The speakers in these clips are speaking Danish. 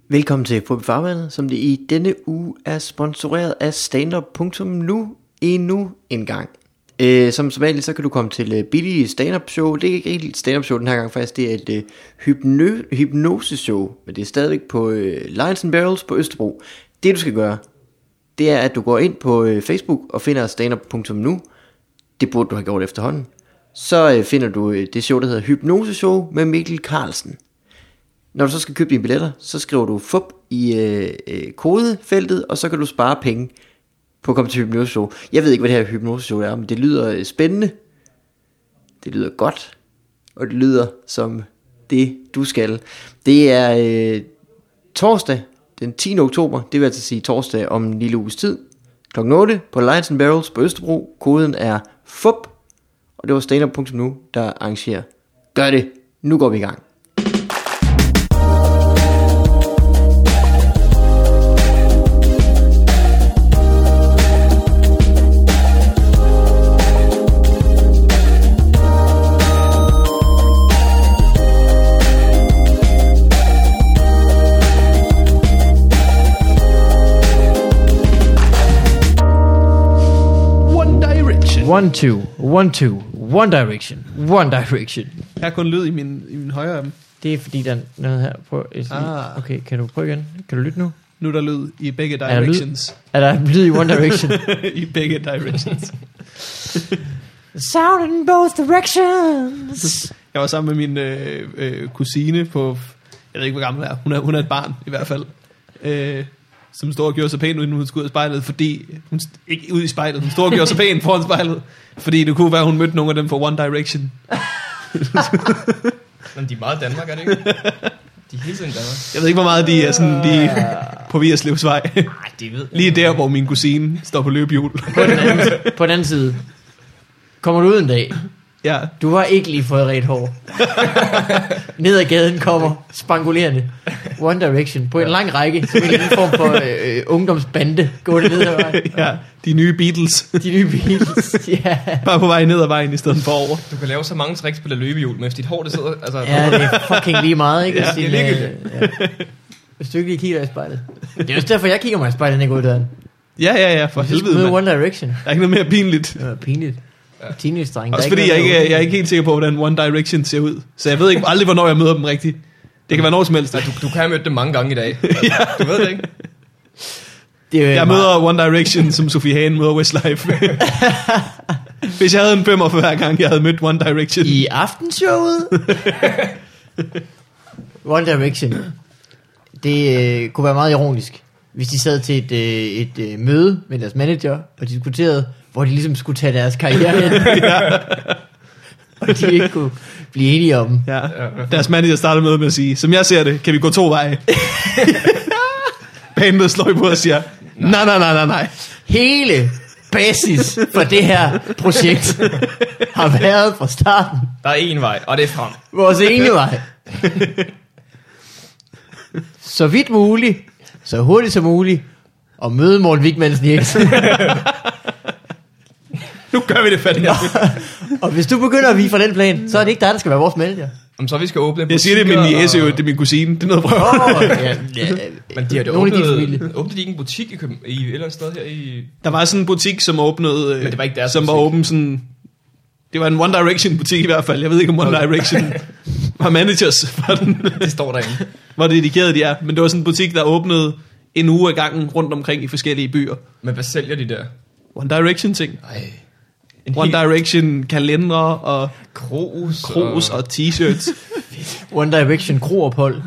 Velkommen til Fubi Farvandet, som det i denne uge er sponsoreret af standup.nu endnu en gang. Som vanligt, så kan du komme til billige stand-up show. Det er ikke rigtig et stand-up show den her gang faktisk. Det er et hypnoseshow, men det er stadigvæk på Lions and Barrels på Østerbro. Det du skal gøre, det er at du går ind på Facebook og finder standup.nu. Det burde du have gjort efterhånden. Så finder du det show, der hedder Hypnoseshow med Mikkel Carlsen. Når du så skal købe dine billetter, så skriver du FUP i kodefeltet, og så kan du spare penge på at komme til hypnoseshow. Jeg ved ikke, hvad det her hypnoseshow er, men det lyder spændende. Det lyder godt, og det lyder som det, du skal. Det er torsdag, den 10. oktober, det vil altså sige torsdag om en lille uges tid, kl. 8 på Lions and Barrels på Østerbro. Koden er FUP, og det var standup.nu, der arrangerer. Gør det, nu går vi i gang. One Direction. Jeg har kun lyd i min højre arm. Det er fordi der er noget her. Okay, kan du prøve igen? Kan du lytte nu? Nu er der lyd i begge directions. Er der lyd i One Direction? I begge directions. Sound in both directions. Jeg var sammen med min kusine på, jeg ved ikke hvor gammel er. Hun er et barn i hvert fald. Som stod og gjorde sig pæn, uden hun skulle ud i spejlet, fordi hun ikke ud i spejlet, hun stod og gjorde sig pæn foran spejlet, fordi det kunne være, hun mødte nogle af dem fra One Direction. Men de er meget Danmark, er det ikke? De er hele tiden Danmark. Jeg ved ikke, hvor meget de er sådan, de er på Vigerslevsvej. De ved. Lige der, hvor min kusine står på løbehjul. På den anden side. Kommer du ud en dag? Ja. Du har ikke lige fået ret hår. Ned ad gaden kommer spangulerende One Direction på en lang række, som en eller anden form for ungdomsbande gående ned ad vejen. Ja, de nye Beatles. Ja. Bare på vej ned ad vejen i stedet for over. Du kan lave så mange tricks på det løbehjul, men hvis dit hår det sidder... Altså, ja, det er fucking lige meget, ikke? Ja, det er ligegyldigt. Hvis du ikke lige kigger i spejlet. Det er også derfor, jeg kigger mig i spejlet, når jeg går ud døren. Ja, for helvede, mand. One Direction. Der er ikke noget mere pinligt. Ja, pinligt. Teenage-dreng. Også fordi jeg er ikke helt sikker på, hvordan One Direction ser ud. Så jeg ved ikke aldrig, hvornår jeg møder dem rigtigt. Det kan være når som helst. Ja, du kan have mødt dem mange gange i dag. Altså, ja. Du ved det ikke. Jeg møder One Direction, som Sofie Hagen møder Westlife. Hvis jeg havde en 5'er for hver gang, jeg havde mødt One Direction. I aftenshowet. One Direction. Det kunne være meget ironisk, hvis de sad til et møde med deres manager og diskuterede, hvor de ligesom skulle tage deres karriere hen. Ja. Og de ikke kunne blive enige om. Ja. Deres manager startede med at sige, som jeg ser det, kan vi gå 2 veje. Bandet slår i på og siger, nej. Hele basis for det her projekt har været fra starten. Der er en vej, og det er frem. Vores ene vej. Så vidt muligt, så hurtigt som muligt, og møde Morten Wigmansen Jensen. Nu gør vi det fandme. Og hvis du begynder at vige fra den plan, så er det ikke dig, der skal være vores manager. Om så vi skal åbne. Jeg siger det med min niece, det er min kusine. Det er noget prøve. Men de har det åbnede de ikke en butik i et eller andet sted her i... Der var sådan en butik, som åbnede... Men det var ikke deres som butik. Var åben sådan... Det var en One Direction butik i hvert fald. Jeg ved ikke, om One Direction var managers for den. Det står derinde. Hvor dedikerede de er. Men det var sådan en butik, der åbnede en uge ad gangen rundt omkring i forskellige byer. Men hvad sælger de der? One Direction ting. Ej. One Direction kalendere og krus og t-shirts. One Direction kroophold.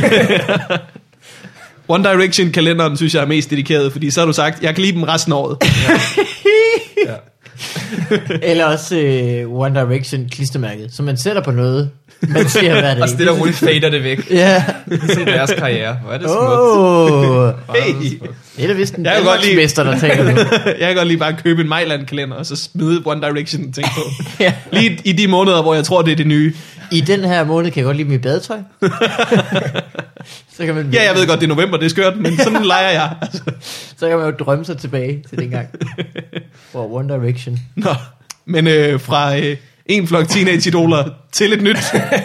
One Direction kalenderen synes jeg er mest dedikeret, fordi så har du sagt, jeg kan lide dem resten af året. Ja. Eller også One Direction klistermærket, som man sætter på noget, man ser hver dag. Og stille og roligt fader det væk. Ja. Ligesom deres karriere. Hvor er det smukt. Hey. Det er da vist en danmarksmester, der taler nu. Jeg kan godt lige bare købe en Mejland-kalender, og så smide One Direction ting på. Ja. Lige i de måneder, hvor jeg tror, det er det nye. I den her måned kan jeg godt lide mit badetøj. Så kan man ja, jeg ved godt, det er november, det er skørt, men sådan leger jeg. Altså. Så kan man jo drømme sig tilbage til dengang. For One Direction. Nå, men fra en flok teenage-idoler til et nyt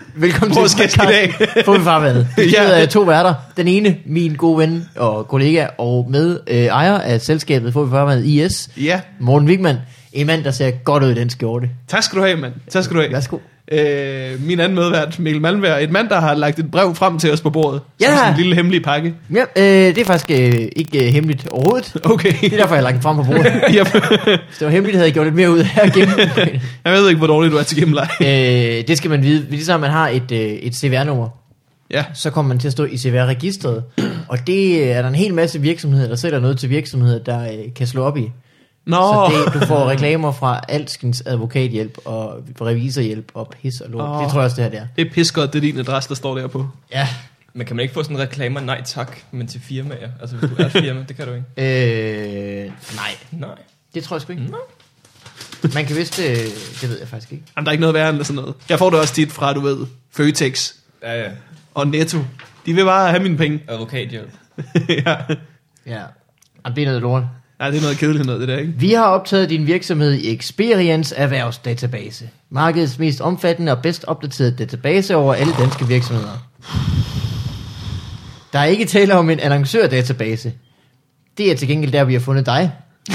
Velkommen Vores til gæst i dag. Får vi farvandet. Vi er 2 værter. Den ene, min gode ven og kollega og med ejer af selskabet Får vi farvandet IS. Ja. Morten Wigman. En mand, der ser godt ud i den skjorte. Tak skal du have, mand. Tak skal du have. Værsgo. Min anden medvært, Mikkel Malmberg. Et mand, der har lagt et brev frem til os på bordet. Ja. Som sådan en lille hemmelig pakke. Ja, det er faktisk ikke hemmeligt overhovedet. Okay. Det er derfor, jeg har lagt den frem på bordet. Hvis det var hemmeligt, havde jeg gjort lidt mere ud af at gemme. Jeg ved ikke, hvor dårlig du er til gennemleje. Det skal man vide. Ligesom man har et CVR-nummer, Ja. så kommer man til at stå i CVR-registret. Og det er der en hel masse virksomheder, der sælger noget til virksomheder, der kan slå op i. Nå. Så du får reklamer fra alskens advokathjælp og revisorhjælp og pis og lort. Det tror jeg også, det her det er. Det er pissegodt, det er din adresse, der står der på. Ja. Men kan man ikke få sådan en reklamer, nej tak, men til firmaer? Altså hvis du er et firma, det kan du ikke. Nej. Det tror jeg sgu ikke. Man kan vist, det ved jeg faktisk ikke. Jamen, der er ikke noget værre end sådan noget. Jeg får det også tit fra, du ved, Føtex Ja. og Netto. De vil bare have mine penge. Advokathjælp. Ja. Ja. Jamen, det er noget lort. Nej, det er noget kedeligt noget, det der, ikke? Vi har optaget din virksomhed i Experience Erhvervsdatabase. Markedets mest omfattende og bedst opdaterede database over alle danske virksomheder. Der er ikke tale om en annoncørdatabase. Det er til gengæld der, vi har fundet dig.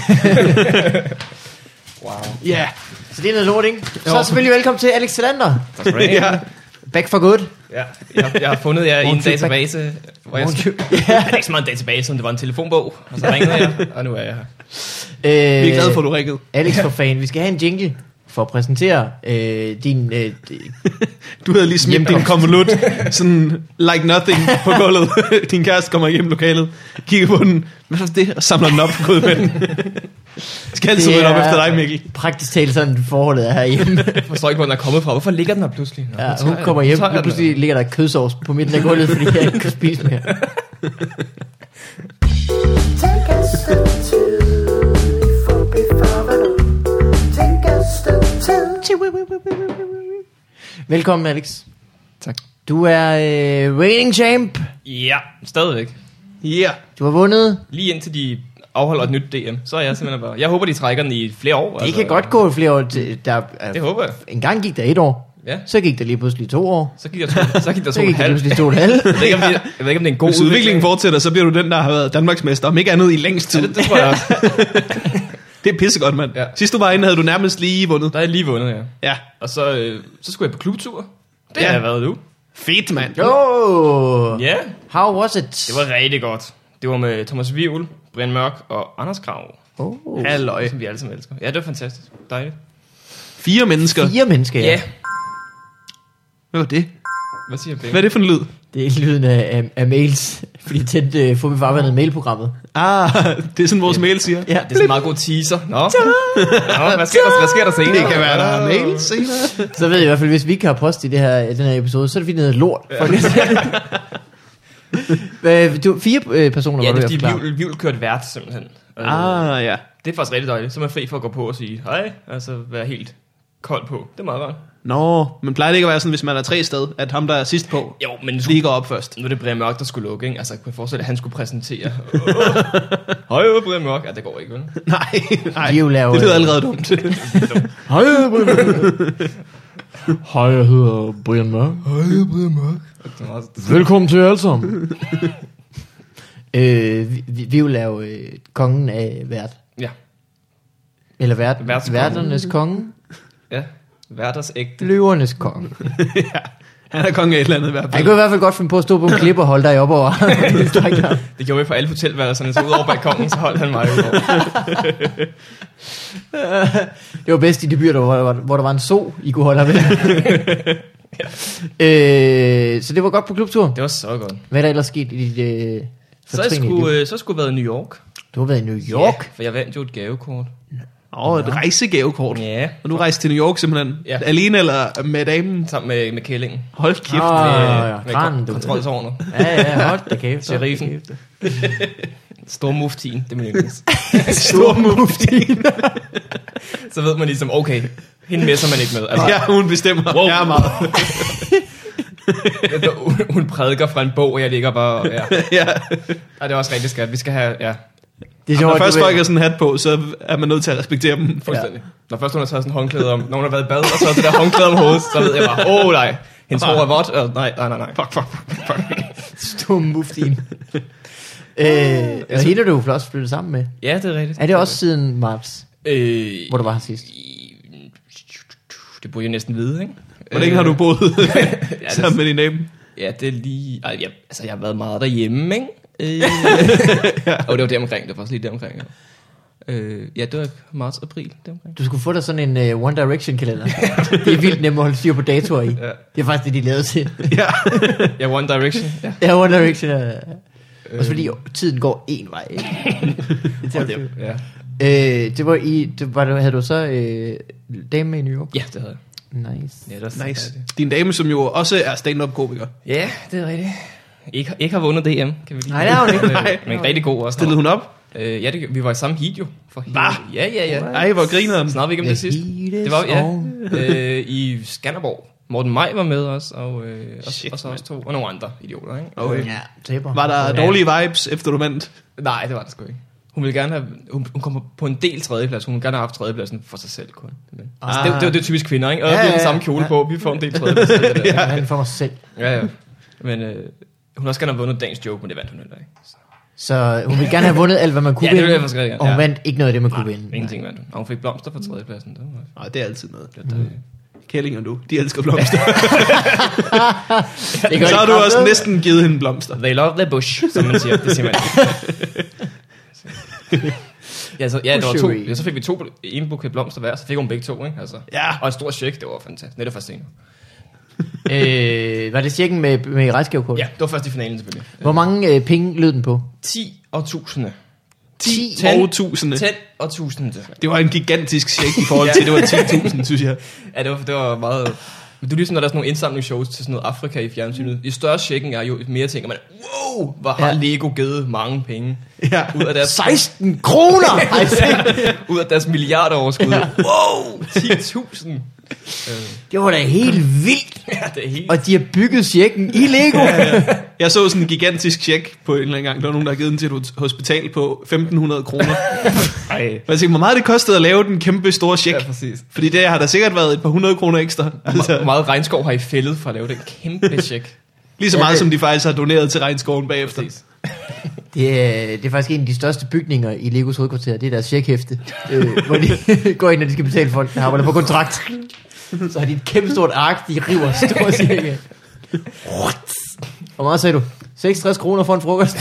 Wow. Ja. Så det er noget lort, ikke? Så selvfølgelig velkommen til Alex Talander. Tak skal du have. Ja. Back for good. Ja, jeg har fundet jer i en Morgen feedback. database, hvor jeg Morgen det er ikke så meget en database, som det var en telefonbog, og så ringede jeg, og nu er jeg her. Vi er glade for, at du ringede. Alex for fan, vi skal have en jingle for at præsentere din... Du havde lige smidt din konvolut, sådan like nothing på gulvet. Din kæreste kommer igennem lokalet, kigger på den, hvad er det, og samler den op på gulvet. Skal altid rydde op efter dig, Mikkel. Praktisk talt sådan forholdet er herhjemme. Jeg forstår ikke, hvor den er kommet fra. Hvorfor ligger den her pludselig? Nå, Ja, nu tager hun jeg kommer den. hjem, Nu tager og jeg den. pludselig ligger der kødsovs på midten af gulvet, fordi jeg ikke kan spise mere. Take a step two before Take a step two. Velkommen, Alex. Tak. Du er reigning champ. Ja, stadigvæk. Yeah. Du har vundet. Lige indtil de afholder et nyt DM, så er jeg simpelthen bare... Jeg håber, de trækker den i flere år. Det kan godt gå flere år. Det håber jeg. En gang gik der 1 år. Ja. Så gik der lige pludselig 2 år. Så gik der 2,5. Så gik der pludselig 2,5. Jeg ved ikke, om det er en god Hvis udviklingen fortsætter, så bliver du den, der har været Danmarksmester, om ikke andet i længst tid. Ja, det tror jeg også. Det er pissegodt, mand. Ja. Sidst du var inde, havde du nærmest lige vundet. Der er jeg lige vundet, ja. Ja. Og så skulle jeg på klubtur. Det Ja. har jeg været nu. Fedt, mand. Oh, Ja, how was it? det var rigtig godt. Det var med Thomas Vivl, Brian Mørk og Anders Krav, Halløj. som vi alle sammen elsker. Ja, det var fantastisk. Dejligt. 4 mennesker. 4 mennesker, ja. Ja. Hvad var det? Hvad siger Hvad er det for en lyd? Det er lyden af mails. Fordi tæt får vi farvandet mailprogrammet. Det er sådan, vores mail siger. Ja, Det er sådan en meget god teaser. Nå, hvad sker der senere? Det kan være, der er mail senere. så ved jeg i hvert fald, hvis vi ikke har post i den her episode, så er det fordi, det hedder lort. Du 4 personer, Ja, var det du er ved at fordi forklare. Vivl kørte vært, simpelthen. Ja. Det er faktisk rigtig dejligt. Så er man fri for at gå på og sige hej. Altså være helt kold på. Det er meget rart. Nå, men plejer det ikke at være sådan, hvis man er 3 sted, at ham, der er sidst på, Jo, men lige går op først? nu er det Brian Mørk, der skulle lukke, ikke? Altså, jeg kunne forestille, at han skulle præsentere. Hej, Brian Mørk. Ja, det går ikke, vel? Nej, De er jo lavet- det lyder allerede dumt. Hej, Hej, jeg hedder Brian Mørk. Det er meget- Velkommen til alle sammen. Vi vil lave kongen af vært. Ja, Eller Værtskongen. værternes konge. ja. Værters ægte. Løvernes konge. Han er konge af et eller andet i hvert Jeg fald. kunne i hvert fald godt finde på at stå på en klippe og holde dig op over. Det gjorde vi på alle hotelværelserne, så ud over balkongen, så holdt han mig ud over. Det var bedst i de byer, hvor der var en so, I kunne holde dig ved. Så det var godt på klubtur. Det var så godt. Hvad er der ellers sket i dit Så jeg skulle have været i New York. Du har været i New York. Ja, for jeg vandt jo et gavekort. Et rejsegavekort. Ja. Og du rejste til New York simpelthen. Ja. Alene eller med damen? Sammen med kællingen. Hold kæft. Ja, Med kranen, du. kontroltårnet. Ja, hold da kæft. Sheriffen. Stor muftien, det er min yndlings. Stor mufti. Så ved man ligesom, okay, hende messer man ikke med. Altså, Ja, hun bestemmer. Wow. Ja, meget. hun prædiker fra en bog, og jeg ligger bare... Ja. Ja. Og det er også rigtig skat. Vi skal have... Ja, Det er Når sjovt, først du ved- folk har sådan en hat på, så er man nødt til at respektere dem. fuldstændig. Når først hun har taget sådan en håndklæde om... Når hun har været i bad, og så det der håndklæde om hovedet, så ved jeg bare, nej. Hendes hår er vådt, og nej. Fuck. Stor muftien. Og hende er du også flyttet sammen med. Ja, det er rigtigt. Er det også siden marts, hvor du var her sidst? Det burde jeg næsten vide, ikke? Hvor længe har du boet sammen med din dame? Ja, det er lige... jeg har været meget derhjemme, ikke? Og det var deromkring, det var faktisk lige deromkring. Ja, det var marts-april deromkring. Du skulle få dig sådan en One Direction kalender. Det er vildt nemt at holde styr på datoer i. Ja. Det er faktisk det, de lavede til. Ja, One Direction. Ja. Ja, One Direction er... Også fordi tiden går en vej. Ikke? Ja. Det var i... havde du så dame med i New York? Ja, det havde jeg. Nice. Ja, det er Nice. Din dame, som jo også er stand-up-komiker. Ja, det er rigtigt. Ikke har vundet DM, kan vi lige. Nej, det har hun ikke. Men rigtig god også. Stillede hun op? Ja, vi var i samme heat jo. Ja. Ej, hvor griner den. Snart vi ikke om det sidste. Det var i Skanderborg. Morten Maj var med os, og så os to, og nogle andre idioter, ikke? Okay. Ja, taber. Var der dårlige vibes, efter du vandt? Nej, det var det sgu ikke. Hun ville gerne have... Hun kom på en del tredjeplads. Hun ville gerne have haft tredjepladsen for sig selv kun. Men, altså, det var det typisk kvinder, ikke? Og vi har den samme kjole på. Vi får en del tredjeplads. Ja, han for mig selv. Ja. Men hun har også gerne have vundet dagens joke, men det vandt hun heller ikke. Så hun ville gerne have vundet alt, hvad man kunne Ja, det vinde. ville jeg faktisk gerne. Og hun vandt ikke noget af det, man kunne vinde. Ingenting vandt hun. Og hun fik blomster for tredjepladsen. Nej, det er altid noget. Kælling og du, de elsker blomster. Så har du også næsten givet hende blomster. They love the bush, som man siger. Det siger man. Ja, det var to. Ja, så fik vi en buket blomster hver, så fik hun begge to, ikke? Altså. Ja. Og en stor check, det var fantastisk. Netop først senere. Var det checken med rejsgavekortet? Ja, det var først i finalen selvfølgelig. Hvor mange penge lød den på? 10 og tusinde. 10 og tusinde. 10 og tusinde. Det var en gigantisk check i forhold til, det var 10.000, synes jeg. Ja, det var meget... Men du ligesom, når der er sådan nogle indsamlingsshows til sådan noget Afrika i fjernsynet. Jo større checken er, jo mere tænker man, wow, hvor har Lego givet mange penge. Ja. Ud af deres 16 kroner! ud af deres milliarderoverskud. Wow, 10.000. Det var da helt vildt. Ja, det er helt... Og de har bygget checken i Lego. Jeg så sådan en gigantisk check på en eller anden gang. Der var nogen, der har givet den til et hospital på 1.500 kroner. Ej. Jeg tænkte, hvor meget det kostede at lave den kæmpe store check. Ja, præcis. Fordi det har der sikkert været et par 100 kroner ekstra. Hvor meget regnskov har I fældet for at lave den kæmpe check? Lige så meget, som de faktisk har doneret til regnskoven bagefter. Præcis. Det er faktisk en af de største bygninger i Legos hovedkvarter. Det er deres checkhæfte, hvor de går ind, når de skal betale folk, der arbejder på kontrakt. Så har de et kæmpe stort ark, de river store cirka. Hvor meget sagde du? 66 kroner for en frokost.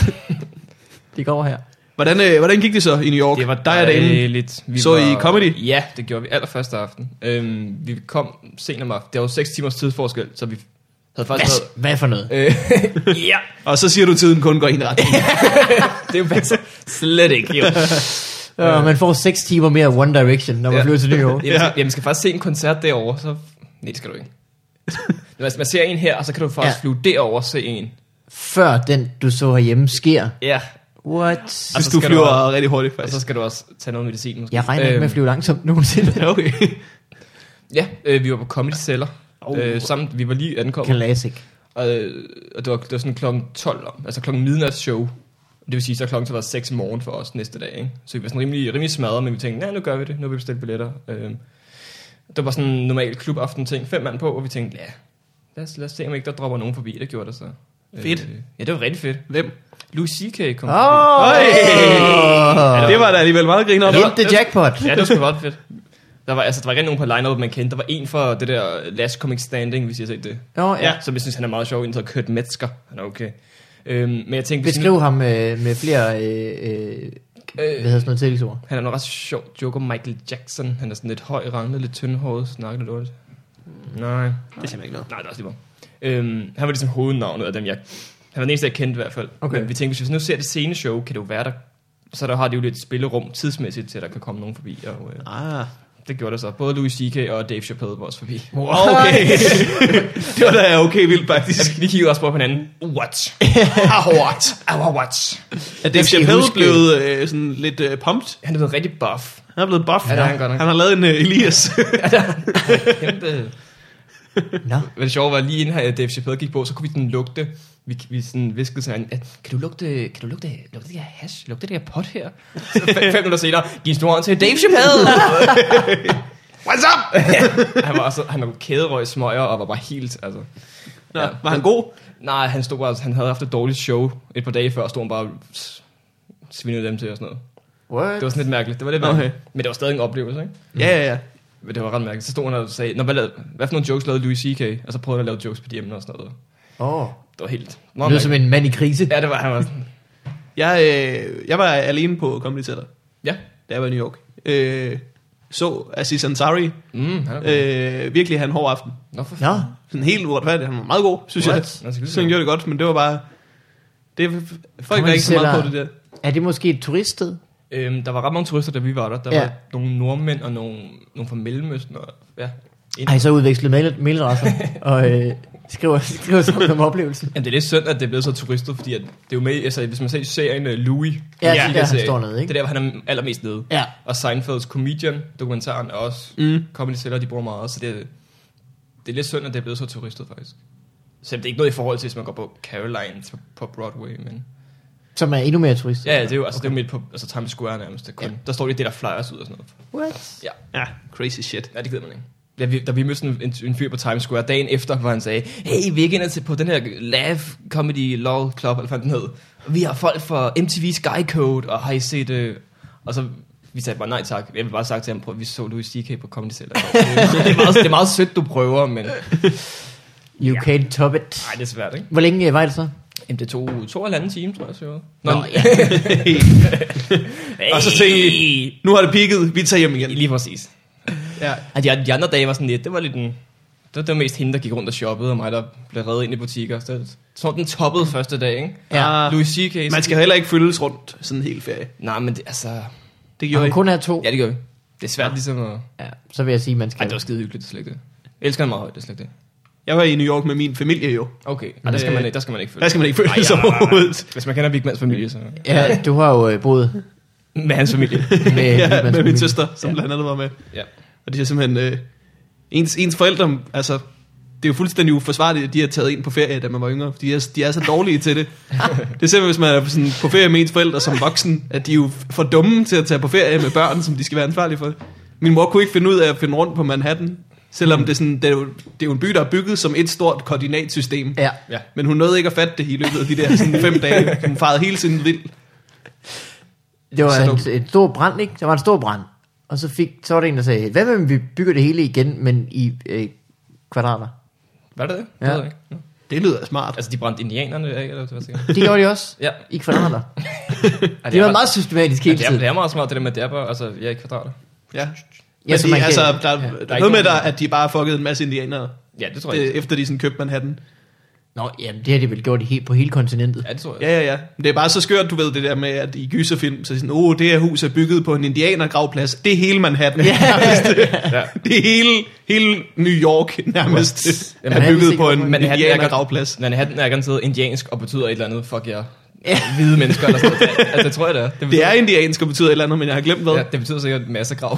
De går over her. Hvordan gik det så i New York? Det var dig og dejligt. Så I comedy? Ja, det gjorde vi allerførste aften. Vi kom sent om aftenen. Det var 6 timers tidsforskel, så vi havde faktisk Hvad for noget? ja. Og så siger du, at tiden kun går i en retning. Det passer slet ikke. Jo. Man får 6 timer mere One Direction, når man flyver til New York. Jamen, skal faktisk se en koncert derovre, så... Nej, det skal du ikke. Man ser en her, og så kan du faktisk flyve derover og se en. Før den, du så herhjemme, sker. Ja. What? Hvis du flyver rigtig hurtigt, Og faktisk. så skal du også tage noget medicin, måske. Jeg regner ikke med at flyve langsomt nogensinde. Okay. Ja, vi var på Comedy Cellar. Sammen, vi var lige ankommet. Classic. Og det var sådan klokken 12, altså klokken midnats show. Det vil sige, så klokken så var 6 i morgen for os næste dag, ikke? Så vi var sådan rimelig smadret, men vi tænkte, nej, nu gør vi det. Nu har vi bestilt billetter. Det var sådan en normal klubaften ting. 5 mand på, og vi tænkte, ja, lad os se, om ikke der dropper nogen forbi. Det gjorde der så. Fedt. Ja, det var rigtig fedt. Hvem? Louis C.K. kom Øj! Ja, det var da alligevel meget griner. Hit the jackpot. Ja, det var sgu godt fedt. Der var ikke nogen på line-up, man kendte. Der var en for det der Last Comic Standing, hvis I har set det. Ja. Som jeg synes, han er meget sjov. En, der hedder Kurt Metzger. Han er okay. Men jeg tænkte... Beskriv ham med flere... hvad hedder sådan noget tillægsord? Han er noget ret sjov. Joker Michael Jackson. Han er sådan lidt høj, ranget, lidt tyndhåret, snakker lidt dårligt. Nej. Det er simpelthen ikke noget. Nej, det er også lige meget. Han var ligesom hovednavnet af dem, han var den eneste, jeg kendte i hvert fald. Okay. Men vi tænkte, hvis vi nu ser det sceneshow, kan det jo være der... Så der har de jo lidt spillerum tidsmæssigt til, at der kan komme nogen forbi. Og, det gjorde der så. Både Louis C.K. og Dave Chappelle var også forbi. Okay. Det var da okay vildt, faktisk. Vi kiggede også på hinanden. What? What? Er Dave Chappelle blevet sådan lidt pumped? Han er blevet rigtig buff. Han er blevet buff. Ja, det er han godt nok. Han har lavet en Elias. Kæmpe... Nå. Men det sjove var, lige inden Dave Chappelle gik på, så kunne vi sådan lugte. Vi sådan viskede til hinanden, kan du lugte det her hash? Lugte det her pot her? Så 5 minutter senere, giv en stor hånd til Dave Chappelle! What's up? han var kæderøg smøger og var bare helt, altså. Nå, var han god? Nej, han havde haft et dårligt show et par dage før, og stod han bare svinede dem til og sådan noget. What? Det var sådan lidt mærkeligt. Det var lidt mærkeligt. Men det var stadig en oplevelse, ikke? Ja. Men det var ret mærkeligt. Så stod han og sagde, hvad for nogle jokes lavede Louis C.K.? Og så prøvede han at lave jokes på de emner og sådan noget. Det var helt... Lyder som en mand i krise. Ja, det var han. Var sådan. Jeg var alene på Comedy Cellar, Ja. da jeg var i New York. Så Aziz Ansari. Han er Virkelig han hård aften. Nå, for Ja. Sådan helt uretfærdigt. Han var meget god, synes jeg. Så han gjorde det godt, men det var bare... Folk var ikke så meget på det der. Er det måske et turiststed? Der var ret mange turister, da vi var der. Der var nogle nordmænd og nogle fra Mellemøsten. Og, ja. Har I så udvekslet mailadresser og skriver sammen om oplevelsen? Jamen, det er lidt synd, at det er blevet så turistet, fordi at det er jo med, altså, hvis man ser serien Louis. Ja, det er der, han står nede, ikke? Det er der, han er allermest nede. Ja. Og Seinfelds Comedian-dokumentaren er også Comedy Cellar, de bruger meget, så det er lidt synd, at det er blevet så turistet, faktisk. Så det er ikke noget i forhold til, hvis man går på Caroline på Broadway, men... Som er endnu mere turist. Ja, det er jo altså, det er jo midt på Times Square nærmest. Det kun. Ja. Der står lige det, der flyers ud og sådan noget. What? Ja, crazy shit. Ja, det gider man ikke. Da vi mødte en fyr på Times Square dagen efter, hvor han sagde, hey, vi er ikke på den her Laugh Comedy Law Club, eller hvad den hed. Vi har folk fra MTV Sky Code, og har I set... Og så vi sagde bare nej tak. Jeg vil bare sagt til ham, vi så Louis C.K. på Comedy Cellar. det er meget sødt, du prøver, men... You can't top it. Nej, det er svært, ikke? Hvor længe var det så? Jamen, det tog 2,5 timer, tror jeg, så. Nå, ja. Og så tænkte vi, nu har det peaked, vi tager hjem igen. Lige præcis. Ja. Og de andre dage var sådan lidt, det var lidt en... Det var mest hende, der gik rundt og shoppede, og mig, der blev reddet ind i butikker. Så den toppede første dag, ikke? Ja. Louis C.K. Man skal heller ikke følges rundt sådan en hel ferie. Nej, men det, altså... Det Og gjorde man jeg. kun er 2. Ja, det gør vi. Det er svært ligesom at... Ja, så vil jeg sige, man skal... Ej, det var skide hyggeligt, det er slet ikke det. Jeg elsker den meget højt, det er slet ikke det. Jeg var i New York med min familie jo. Okay, der skal man ikke følge. Der skal man ikke følges overhovedet. Hvis man kender Vigmans familie, så... Ja, du har jo boet Med hans familie. Ja, med min familie. søster, som blandt andet var med. Ja. Og det er simpelthen... ens forældre, altså... Det er jo fuldstændig uforsvarligt, at de har taget ind på ferie, da man var yngre. De er så dårlige til det. Det er simpelthen, hvis man er sådan på ferie med ens forældre som voksen, at de er jo for dumme til at tage på ferie med børn, som de skal være ansvarlige for. Min mor kunne ikke finde ud af at finde rundt på Manhattan, selvom det er jo en by, der er bygget som et stort koordinatsystem. Ja. Ja. Men hun nåede ikke at fatte det i løbet af de der sådan 5 dage. Hun farede hele tiden vild. Det var Så en stor brand, ikke? Der var en stor brand. Og så var der en, der sagde, hvad med, vi bygger det hele igen, men i kvadrater? Var det det? Ja. Det ved jeg ikke. Nå. Det lyder smart. Altså, de brændte indianerne af, eller hvad siger Det gjorde de også. Ja. I kvadrater. Ej, Det var meget systematisk hele tiden. det er meget smart, det der med, det er bare, altså, jeg er i kvadrater. Ja. Ja, så man kan- der er ikke noget med, nogen- at de bare fuckede en masse indianere, Ja, det tror jeg ikke. efter de sådan købte Manhattan. Nå, jamen det har de vel gjort på hele kontinentet. Ja, det tror jeg. Ja. Men det er bare så skørt, du ved det der med, at i gyserfilm, så er sådan, det her hus er bygget på en indianergravplads. Det er hele Manhattan. Ja. Det er hele New York nærmest Jamen, er er vi bygget sikre på på, en Manhattan er indianergravplads. Manhattan er garanteret indiansk og betyder et eller andet, fuck jer. Hvide mennesker eller sådan noget. Altså, det tror jeg, det er. Det er indiansk og betyder et eller andet, men jeg har glemt hvad. Ja, det betyder sikkert masser grav.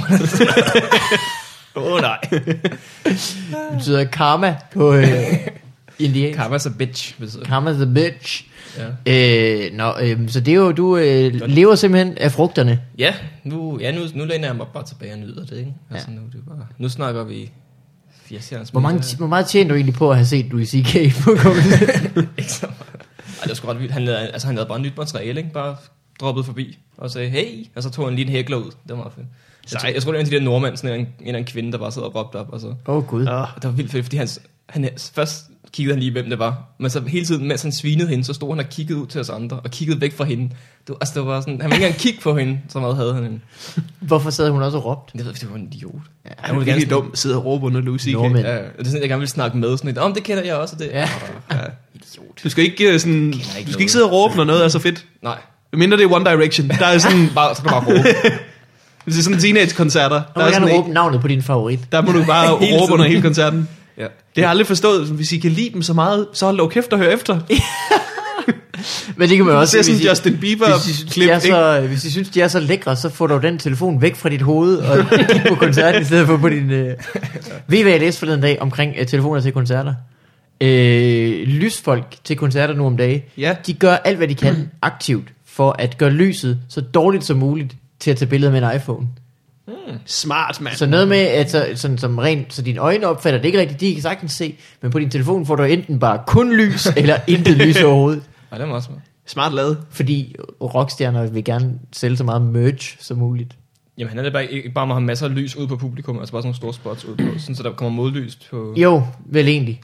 Nej. Det betyder karma på indiansk. Karma's a bitch, betyder. Karma's a bitch. Ja. Så det er jo, du lever simpelthen af frugterne. Ja, nu læner jeg mig bare tilbage og nyder det, ikke? Altså, nu snakker vi 80'erne. Hvor meget tjener du egentlig på at have set Louis C.K. på Comedy? Ikke så meget. Ej, det var sgu ret vildt. Han havde bare nyt materiale, ikke? Bare droppet forbi og sagde, hey, og så tog han lige en hækler ud. Det var meget fedt. Jeg tror, det var en af de der nordmænd, sådan en eller anden kvinde, der bare sad og råbte op. Og så. Gud. Ja. Og det var vildt fedt, fordi han først kiggede han lige, hvem det var. Men så hele tiden, mens han svinede hende, så stod han og kiggede ud til os andre, og kiggede væk fra hende. Det var sådan, han ville ikke engang kigge på hende, så meget havde han hende. Hvorfor sad hun også og råbte? Jeg ved, det var en idiot. Han er virkelig dum, sidder og råber under Louis C.K. Nordmænd. Ja, det er sådan, jeg gerne vil snakke med. Sådan lidt, det kender jeg også. Og det. Ja. Idiot. Du skal ikke sidde og råbe, når noget er så fedt. Nej. Mindre det er One Direction. Der er sådan, Så kan du bare råbe. det er sådan teenage-koncerter. Og må gerne råbe navnet på din favorit. Der må du bare Hele råbe tiden. under hele koncerten. Ja. Det har jeg aldrig forstået. Hvis I kan lide dem så meget, så hold dog kæft og hør efter. Men det kan man også Det er sådan Justin Bieber-klip, hvis I synes, de er så lækre, så får du den telefon væk fra dit hoved og kig på koncerten i stedet for på din... Ved I, hvad jeg læste forleden dag omkring telefoner til koncerter? Lysfolk til koncerter nu om dagen, Ja. de gør alt, hvad de kan aktivt for at gøre lyset så dårligt som muligt til at tage billeder med en iPhone. Smart, mand. Så noget med, at sådan som rent, så dine øjne opfatter det ikke rigtigt, de kan sagtens se, men på din telefon får du enten bare kun lys, eller intet lys overhovedet. Ja, det er meget smart. Smart lavet. Fordi rockstjerner vil gerne sælge så meget merch som muligt. Jamen han er det bare ikke bare med at have masser af lys ud på publikum, altså bare sådan nogle store spots ud på, sådan så der kommer modlys på... Jo, vel egentlig.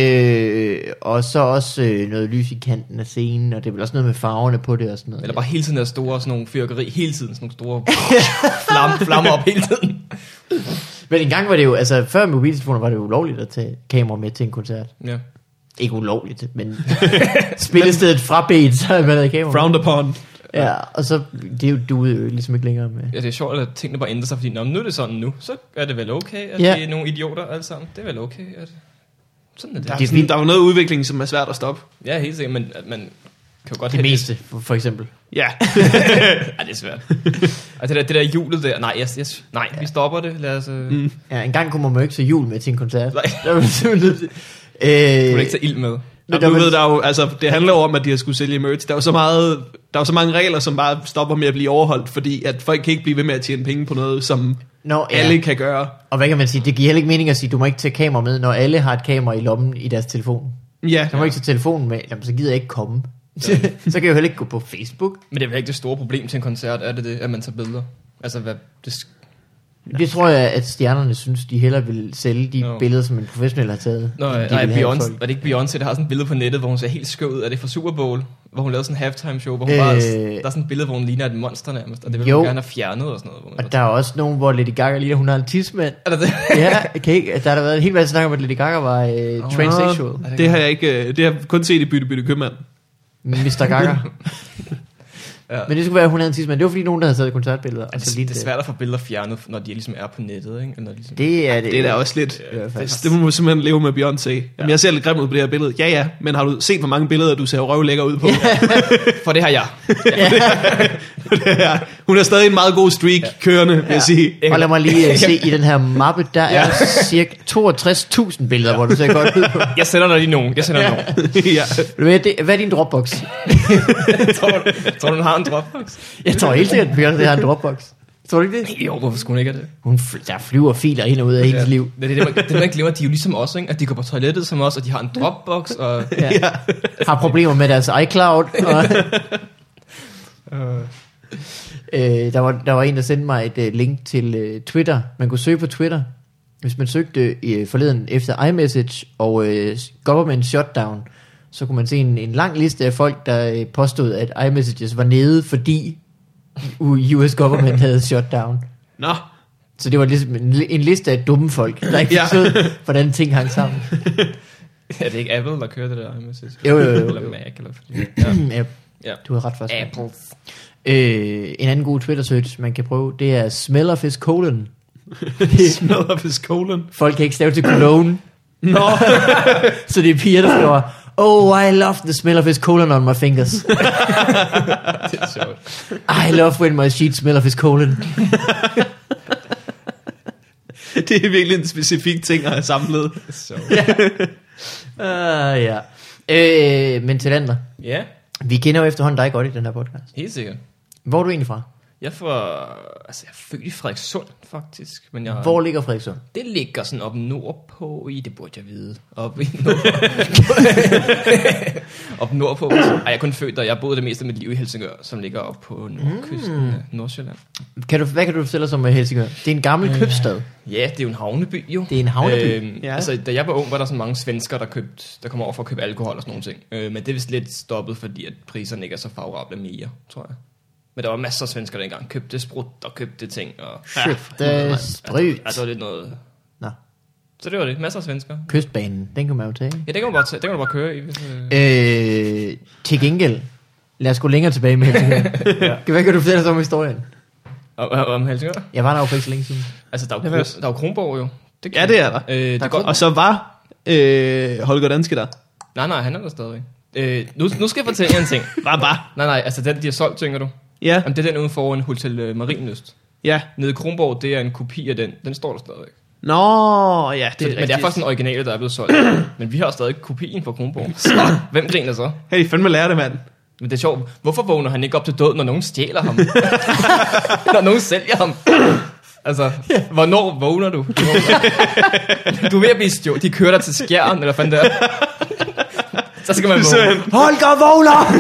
Og så også noget lys i kanten af scenen, og det er vel også noget med farverne på det og sådan noget. Eller bare hele tiden der store sådan nogle fyrkeri, hele tiden sådan nogle store flammer op hele tiden. Men engang var det jo, altså før mobiltelefoner var det jo ulovligt at tage kamera med til en koncert. Ja. Ikke ulovligt, men spillestedet frabedt, så havde man havde kamera. Frowned upon. Ja, og så, det er jo duede jo ligesom ikke længere med. Ja, det er sjovt, at tingene bare ændrer sig, fordi nu er det sådan nu, så er det vel okay, at Ja. det er nogle idioter alle sammen. Det er vel okay, at... Sådan er det. Der er jo noget udvikling, som er svært at stoppe. Ja, helt sikkert, men at man kan jo godt Det have meste, for eksempel. Ja. Ja, det er svært. Og det der hjulet der, nej, vi stopper det, lad os... Ja, en gang kunne man jo ikke se jul med til en koncert. Nej. Der var simpelthen nødt til. Du kan ikke tage ild med. Og du ved, der er jo, altså, det handler jo om, at de har skulle sælge merch. Der er jo så mange regler, som bare stopper med at blive overholdt, fordi at folk kan ikke blive ved med at tjene penge på noget, som alle kan gøre. Og hvad kan man sige? Det giver heller ikke mening at sige, du må ikke tage kamera med, når alle har et kamera i lommen i deres telefon. Ja. Så må ikke tage telefonen med, jamen, så gider jeg ikke komme. Så kan jeg jo heller ikke gå på Facebook. Men det er vel ikke det store problem til en koncert, er det, at man tager billeder? Altså, hvad... Det tror jeg, at stjernerne synes, de hellere vil sælge de billeder, som en professionel har taget. Nej, Beyoncé, var det ikke Beyoncé, der har sådan et billede på nettet, hvor hun ser helt skøv ud? Er det fra Super Bowl? Hvor hun lavede sådan en halftime show, hvor hun bare... Der er sådan et billede, hvor hun ligner et monster nærmest, og det vil hun gerne have fjernet og sådan noget. Og der er også nogen, hvor Lady Gaga ligner, hun har en tidsmand. Er der det? Ja, der har været en hel masse snak om, at Lady Gaga var transsexual. Det har jeg ikke, det har jeg kun set i Bytte Købmand. Mr. Gaga. Ja. Men det skulle være, at hun havde en tidsmand. Det var fordi nogen, der havde taget koncertbilleder. Altså, det er svært at få billeder fjernet, når de ligesom er på nettet, ikke? Eller ligesom... Det er det. Det er da også lidt... Ja, det må man simpelthen leve med Beyoncé. Jamen, jeg ser lidt grim ud på det her billede. Ja, men har du set, hvor mange billeder, du ser røvlækker ud på? For det har jeg. Ja. Hun har stadig en meget god streak kørende, vil jeg sige. Og lad mig lige se i den her mappe, der er cirka 62.000 billeder, hvor du ser godt ud på. Jeg sender dig lige nogen. Ja. Hvad er din Dropbox? Tror du, hun har en Dropbox? Jeg tror helt sikkert, at Beyoncé har en Dropbox. Tror du ikke det? Jo, hvorfor skulle hun ikke have det? Der flyver filer ind og ud af hendes liv. Det man glemmer, de er jo ligesom os, ikke? At de går på toilettet som os, og de har en Dropbox, og... Ja. Har problemer med deres iCloud. Og der var en, der sendte mig et link til Twitter. Man kunne søge på Twitter, hvis man søgte forleden efter iMessage og government shutdown, så kunne man se en lang liste af folk, der påstod, at iMessages var nede, fordi US government havde shutdown. Nå. Så det var ligesom en liste af dumme folk, der ikke forstod, hvordan ting hang sammen. Er det ikke Apple, der kører det der iMessage? Jo. Eller Mac, eller fordi... Ja. Du har ret først. Apples. En anden god Twitter-search, man kan prøve, det er smell of his colon. Smell of his colon. Folk kan ikke stave til cologne. Nå. Så det er piger, der skriver, oh, I love the smell of his colon on my fingers. Det er sjovt. I love when my sheets smell of his colon. Det er virkelig en specifik ting at have samlet. Så. Ja. Men til andre. Ja, Vi kender jo efterhånden dig godt i den her podcast. helt sikkert. Hvor er du egentlig fra? Jeg er født i Frederikssund, faktisk. Men Hvor ligger Frederikssund? det ligger sådan op nordpå i, det burde jeg vide. Op nordpå. Ej, jeg er kun født der. Jeg boede det meste af mit liv i Helsingør, som ligger op på nordkysten af Nordsjælland. Hvad kan du fortælle os om Helsingør? Det er en gammel købstad. Ja, det er jo en havneby, jo. Det er en havneby. Ja. Altså, da jeg var ung, var der så mange svensker, der kom over for at købe alkohol og sådan nogle ting. Men det er vist lidt stoppet, fordi at priserne ikke er så favorable mere, tror jeg. Men der var masser af svensker, der engang købte sprut og købte ting. Og Købte sprit. altså lidt noget... Nå. Så det var det. Masser af svensker. Kystbanen, den kan man jo tage. Ja, det kan man bare tage. Det kan man bare køre i. Hvis, Til gengæld, lad os gå længere tilbage med Helsingør. Hvad kan du fortælle os om historien? om Helsingør? Jeg var der jo for ikke så længe siden. Altså, der er jo Kronborg jo. Ja, det er der. Det er godt. Og så var Holger Danske der. Nej, han er der stadig. Nu skal jeg fortælle jer en ting. Bare. Nej, altså den, de har solgt, tænker du? Ja. Jamen, det er den ude foran Hotel Marienlyst. Ja. Nede i Kronborg, det er en kopi af den. Den står der stadigvæk. Nå, ja, det er Men det er faktisk en originale, der er blevet solgt. Men vi har stadig kopien fra Kronborg. Så hvem griner så? Hey, de fandme lærer det, mand. Men det er sjovt. Hvorfor vågner han ikke op til død, når nogen stjæler ham? Når nogen sælger ham? Altså, hvornår vågner du? Du er ved at blive stjålet. De kører dig til Skjern, eller fanden der. Så skal man vågne. Holger vågner!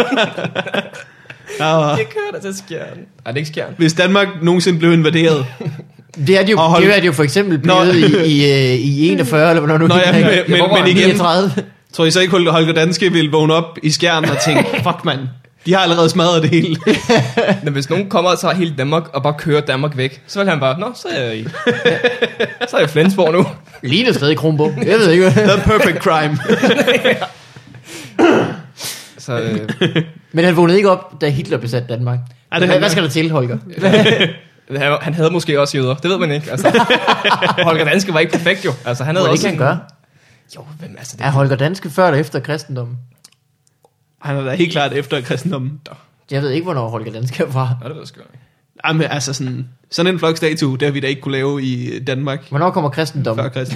Ja, De kører dig til Skjern. Ej, det er ikke Skjern. hvis Danmark nogensinde blev invaderet. Det er det jo for eksempel blevet i 41, eller hvornår du Nå ja, men igen, 39. tror I så ikke, Holger Danske ville vågne op i Skjern og tænke, fuck mand, de har allerede smadret det hele. Men hvis nogen kommer og tager hele Danmark, og bare kører Danmark væk, så vil han bare, nå, så er jeg i. Så er jeg i Flensborg nu. Ligner stadig Kronborg. Jeg ved ikke. The perfect crime. Så, Men han vågnede ikke op, da Hitler besatte Danmark. Ej, det Hvad skal der til, Holger? han havde måske også jøder. Det ved man ikke. Altså, Holger Danske var ikke perfekt jo. Altså, han havde Det også kan han gøre. Jo, hvem altså det? Er Holger Danske før eller efter kristendommen? Han er da helt klart efter kristendommen. Jeg ved ikke, hvornår Holger Danske er fra. Ja, det ved jeg sgu ikke. Jamen, altså sådan en flokstatue, der vi da ikke kunne lave i Danmark Hvornår kommer kristendommen? før Christen.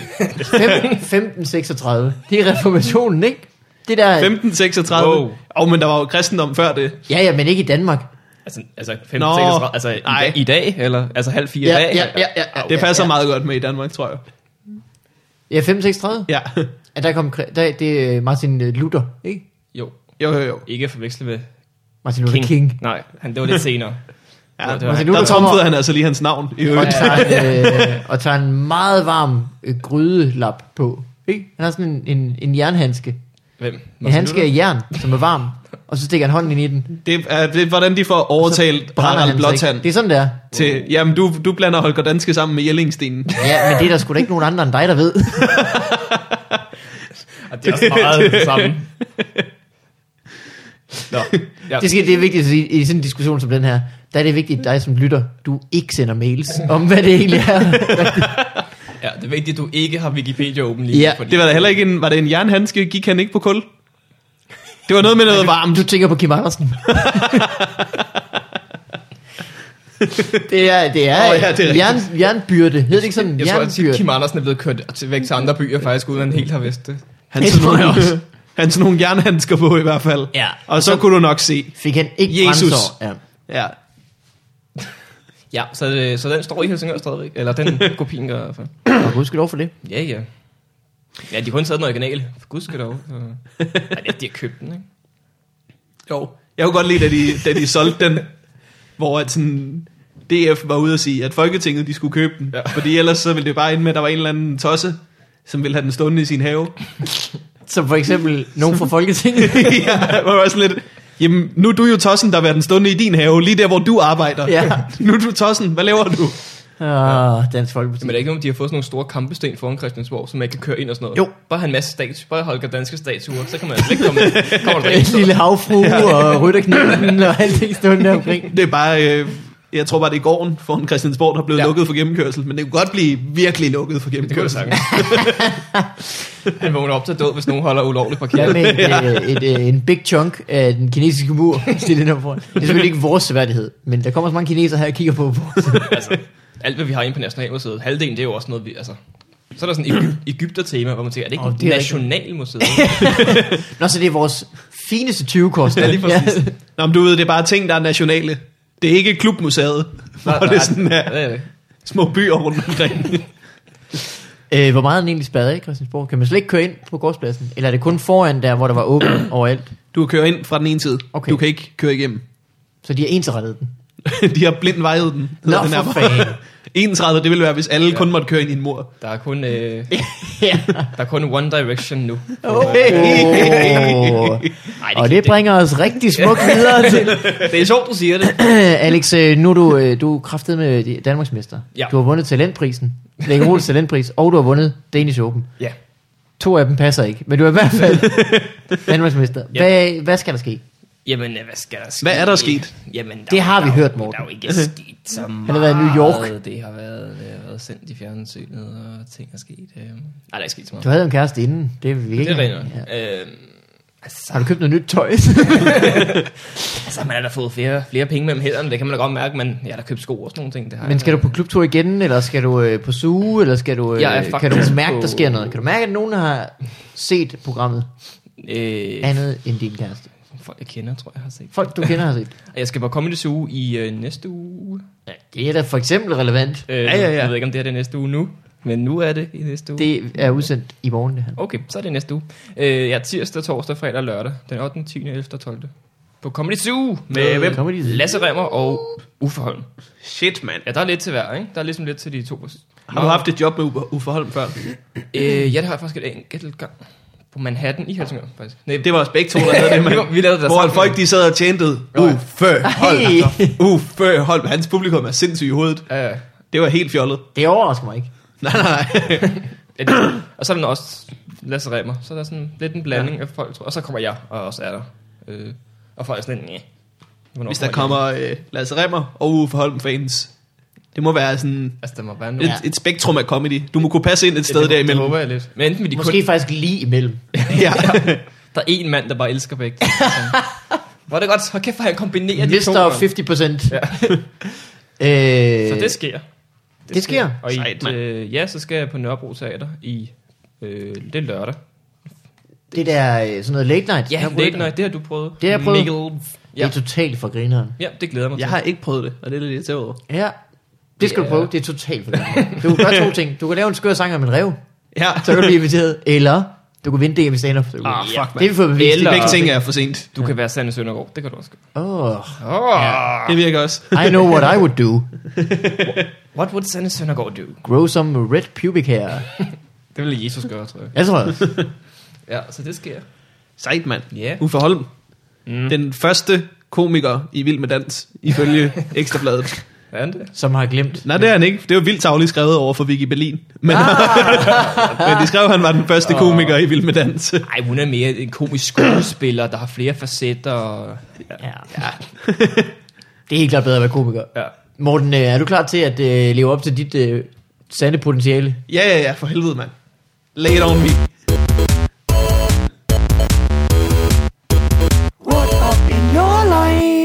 1536. Det er reformationen, ikke? Det der... 1536. Wow. Men der var jo kristendom før det. Ja, men ikke i Danmark. Altså 15, altså i dag, eller altså halv 4 i dag? Ja. Det passer meget godt med i Danmark, tror jeg. Ja, 1536. Ja. Ja, der kom... det er Martin Luther, ikke? Jo. Jo. Ikke at forveksle med Martin Luther King. Nej, det var lidt senere. Ja, det var- Martin der Luther trumfede kommer han altså lige hans navn. I øvrigt. og tager en meget varm grydelap på. Ikke? Han har sådan en jernhandske. Hvem? En handske af jern, som er varm. Og så stikker han hånden ind i den. Det er hvordan de får overtalt Brænder Harald han sig ikke. Blåtand Det er sådan, der. til, jamen du blander Holger Danske sammen med Jellingstenen. Ja, men det er der sgu da ikke nogen andre end dig, der ved. Og det er også meget det samme. Nå, ja. Det er vigtigt at sige, i sådan en diskussion som den her, der er det vigtigt, at dig som lytter, du ikke sender mails om, hvad det egentlig er. Ja, det er vigtigt, at du ikke har Wikipedia åben lige. Ja. Fordi Det var da heller ikke var det en jernhandske? Gik han ikke på kul? Det var noget med noget varmt. Du tænker på Kim Andersen. det er det er rigtigt. jernbyrde. Hedder det ikke sådan? jeg tror, at Jernbyrde. Kim Andersen er blevet kørt væk til andre byer, faktisk, uden at han helt har vidst det. Han sådan nogle jernhandsker på i hvert fald. Ja. Og så kunne du nok se. Fik han ikke Jesus. brændsår. Ja. Ja. Ja, så den står i Helsingør stadigvæk. Eller den kopien gør i hvert fald. Og gudskelov for det. Ja. Ja, de har kun taget den originale. For guds skyld dog. Ja, de har købt den, ikke? Jo. Jeg kunne godt lide, da de solgte den, hvor at sådan DF var ude at sige, at Folketinget de skulle købe den. Ja. Fordi ellers så ville det bare ende med, at der var en eller anden tosse, som ville have den stående i sin have. Som for eksempel nogen fra Folketinget. Ja, hvor var sådan lidt, jamen nu er du jo tossen, der vil have den stående i din have, lige der hvor du arbejder. Ja. Nu er du tossen, hvad laver du? Dansk Folkeparti. Men er det ikke nogen, de har fået sådan nogle store kampesten foran Christiansborg, som man kan køre ind og sådan noget? Jo. Bare have en masse bare Holger Danske statuer, så kan man altså ikke komme der En lille havfru og rytterkniven og alting stående der omkring. Det er bare, jeg tror bare det er gården foran Christiansborg, der er blevet lukket for gennemkørsel, men det kunne godt blive virkelig lukket for Det kan du gennemkørsel. sagtens. Han vågner op til død, hvis nogen holder ulovligt Ja, parkeret. med en big chunk af den kinesiske mur stillet der foran. Det er selvfølgelig ikke vores seværdighed, men der kommer så mange kinesere her og kigger på vores. Altså, alt hvad vi har inde på Nationalmuseet, halvdelen det er jo også noget, vi, altså... Så er der sådan et Egypter-tema, hvor man tænker, er det ikke det er Nationalmuseet? Nå, så det er vores fineste 20-kort. Ja, lige præcis. Nå, men du ved, det er bare ting, der er nationale. Det er ikke klubmuseet, hvor det er sådan her små byer rundt omkring. Hvor meget er den egentlig spadet af, Christiansborg? Kan man slet ikke køre ind på gårdspladsen? Eller er det kun foran der, hvor der var åbent overalt? Du kan køre ind fra den ene side. Okay. Du kan ikke køre igennem. Så de har ensrettet den? De har blindt vejet den. Nå, Den for fanden. 31, det ville være, hvis alle kun måtte køre ind i en mur. Der er kun, Ja. der er kun One Direction nu. Og det bringer os rigtig smukt videre til... Det er sjovt, du siger det. Alex, nu er du kraftet med Danmarksmester. Ja. Du har vundet talentprisen. Lægge Rols talentpris. Og du har vundet Danish Open. Ja. 2 af dem passer ikke. Men du er i hvert fald Danmarksmester. Ja. Hvad skal der ske? Jamen, hvad skal der ske? Hvad er der sket? Jamen, Det har vi hørt, Morten. Der er jo ikke sket så meget. Han har været i New York. Det har været sendt i fjernsynet, og ting er sket. Nej, der er ikke sket så meget. Du havde en kæreste inden. Det er vi ikke. Det er rent. Ja. Altså, Har du købt noget nyt tøj? altså, man har da fået flere penge mellem hænderne, det kan man da godt mærke, men jeg har da købt sko og sådan nogle ting. Det har Men skal du på klubtur igen, eller skal du på suge, eller skal du, Jeg er kan du faktisk mærke, på- der sker noget? Kan du mærke, at nogen har set programmet andet end din kæreste? folk, jeg kender, tror jeg har set. Folk, du kender, har set. Jeg skal på Comedy Zoo i næste uge. Ja, det er da for eksempel relevant. Jeg ved ikke, om det er det næste uge nu, men nu er det i næste uge. Det er udsendt i morgen, det her. Okay, så er det næste uge. Tirsdag, torsdag, fredag og lørdag. Den 8., 10., 11. og 12. På Comedy Zoo med hvem? Comedy Zoo. Lasse Remmer og Uffe Holm. Shit, mand. Ja, der er lidt til hver, ikke? Der er ligesom lidt til de to. Har du haft et job med Uffe Holm før? Ja, det har jeg faktisk et enkelt gang. På Manhattan i Helsingør, faktisk. Nej, Det var os begge to, der havde det, mand. vi lavede det Hvor sammen. folk, de sad og tjentede Uffe Holm. Uffe Holm. Hans publikum er sindssygt i hovedet. Ja, Det var helt fjollet. Det overrasker mig ikke. Nej. og så er der også Lasse Remmer. Så er der sådan lidt en blanding af folk, tror jeg. Og så kommer jeg, og også er der. Og folk er sådan lidt, Hvis der kommer Lasse Remmer og Uffe Holm fans, det må være sådan Altså, der må være noget. et spektrum af comedy. Du må kunne passe ind et sted Det derimellem. håber jeg lidt. Men enten vil de Måske faktisk lige imellem. Ja. Der er en mand, der bare elsker begge. Hvor er det godt. Hold kæft, for han kombinerer de to. Mister mand. 50%. Så det sker. Det sker. Og Sejt, så skal jeg på Nørrebro Teater i det er lørdag. Det der sådan noget late night. Ja, Jeg har prøvet det har du prøvet. Det har jeg prøvet. Mikkel. Det er totalt for grineren. Ja, det glæder mig Jeg til. har ikke prøvet det, og det er lidt irriteret over. Ja. Det skal du prøve. Det er totalt for grineren. Du kan gøre to ting. Du kan lave en skør sang om en rev. Ja. Så kan du blive inviteret. Eller du kan vinde DM i stand-up. Fuck, Det har man. vi fået bevist. Eller- Begge ting er for sent. Du kan være Sanne Søndergaard. Det kan du også. Det virker også. I know what I would do. What would Sanne Søndergaard do? Grow some red pubic hair. Det ville Jesus gøre, tror jeg. Jeg tror også. Ja, så det sker. Sejt, mand. Ja. Uffe Holm. Den første komiker i Vild med Dans, ifølge Ekstrabladet. Hvad er det? Som har glemt. Nej, det er han ikke. Det var vildt tavligt skrevet over for Vicky Berlin. Men, men de skrev, at han var den første komiker i Vild med Dans. Nej, hun er mere en komisk skuespiller, der har flere facetter. Og... Ja. Det er helt klart bedre at være komiker. Ja. Morten, er du klar til at leve op til dit sande potentiale? Ja, for helvede, mand. Lay it on me. What up in your life?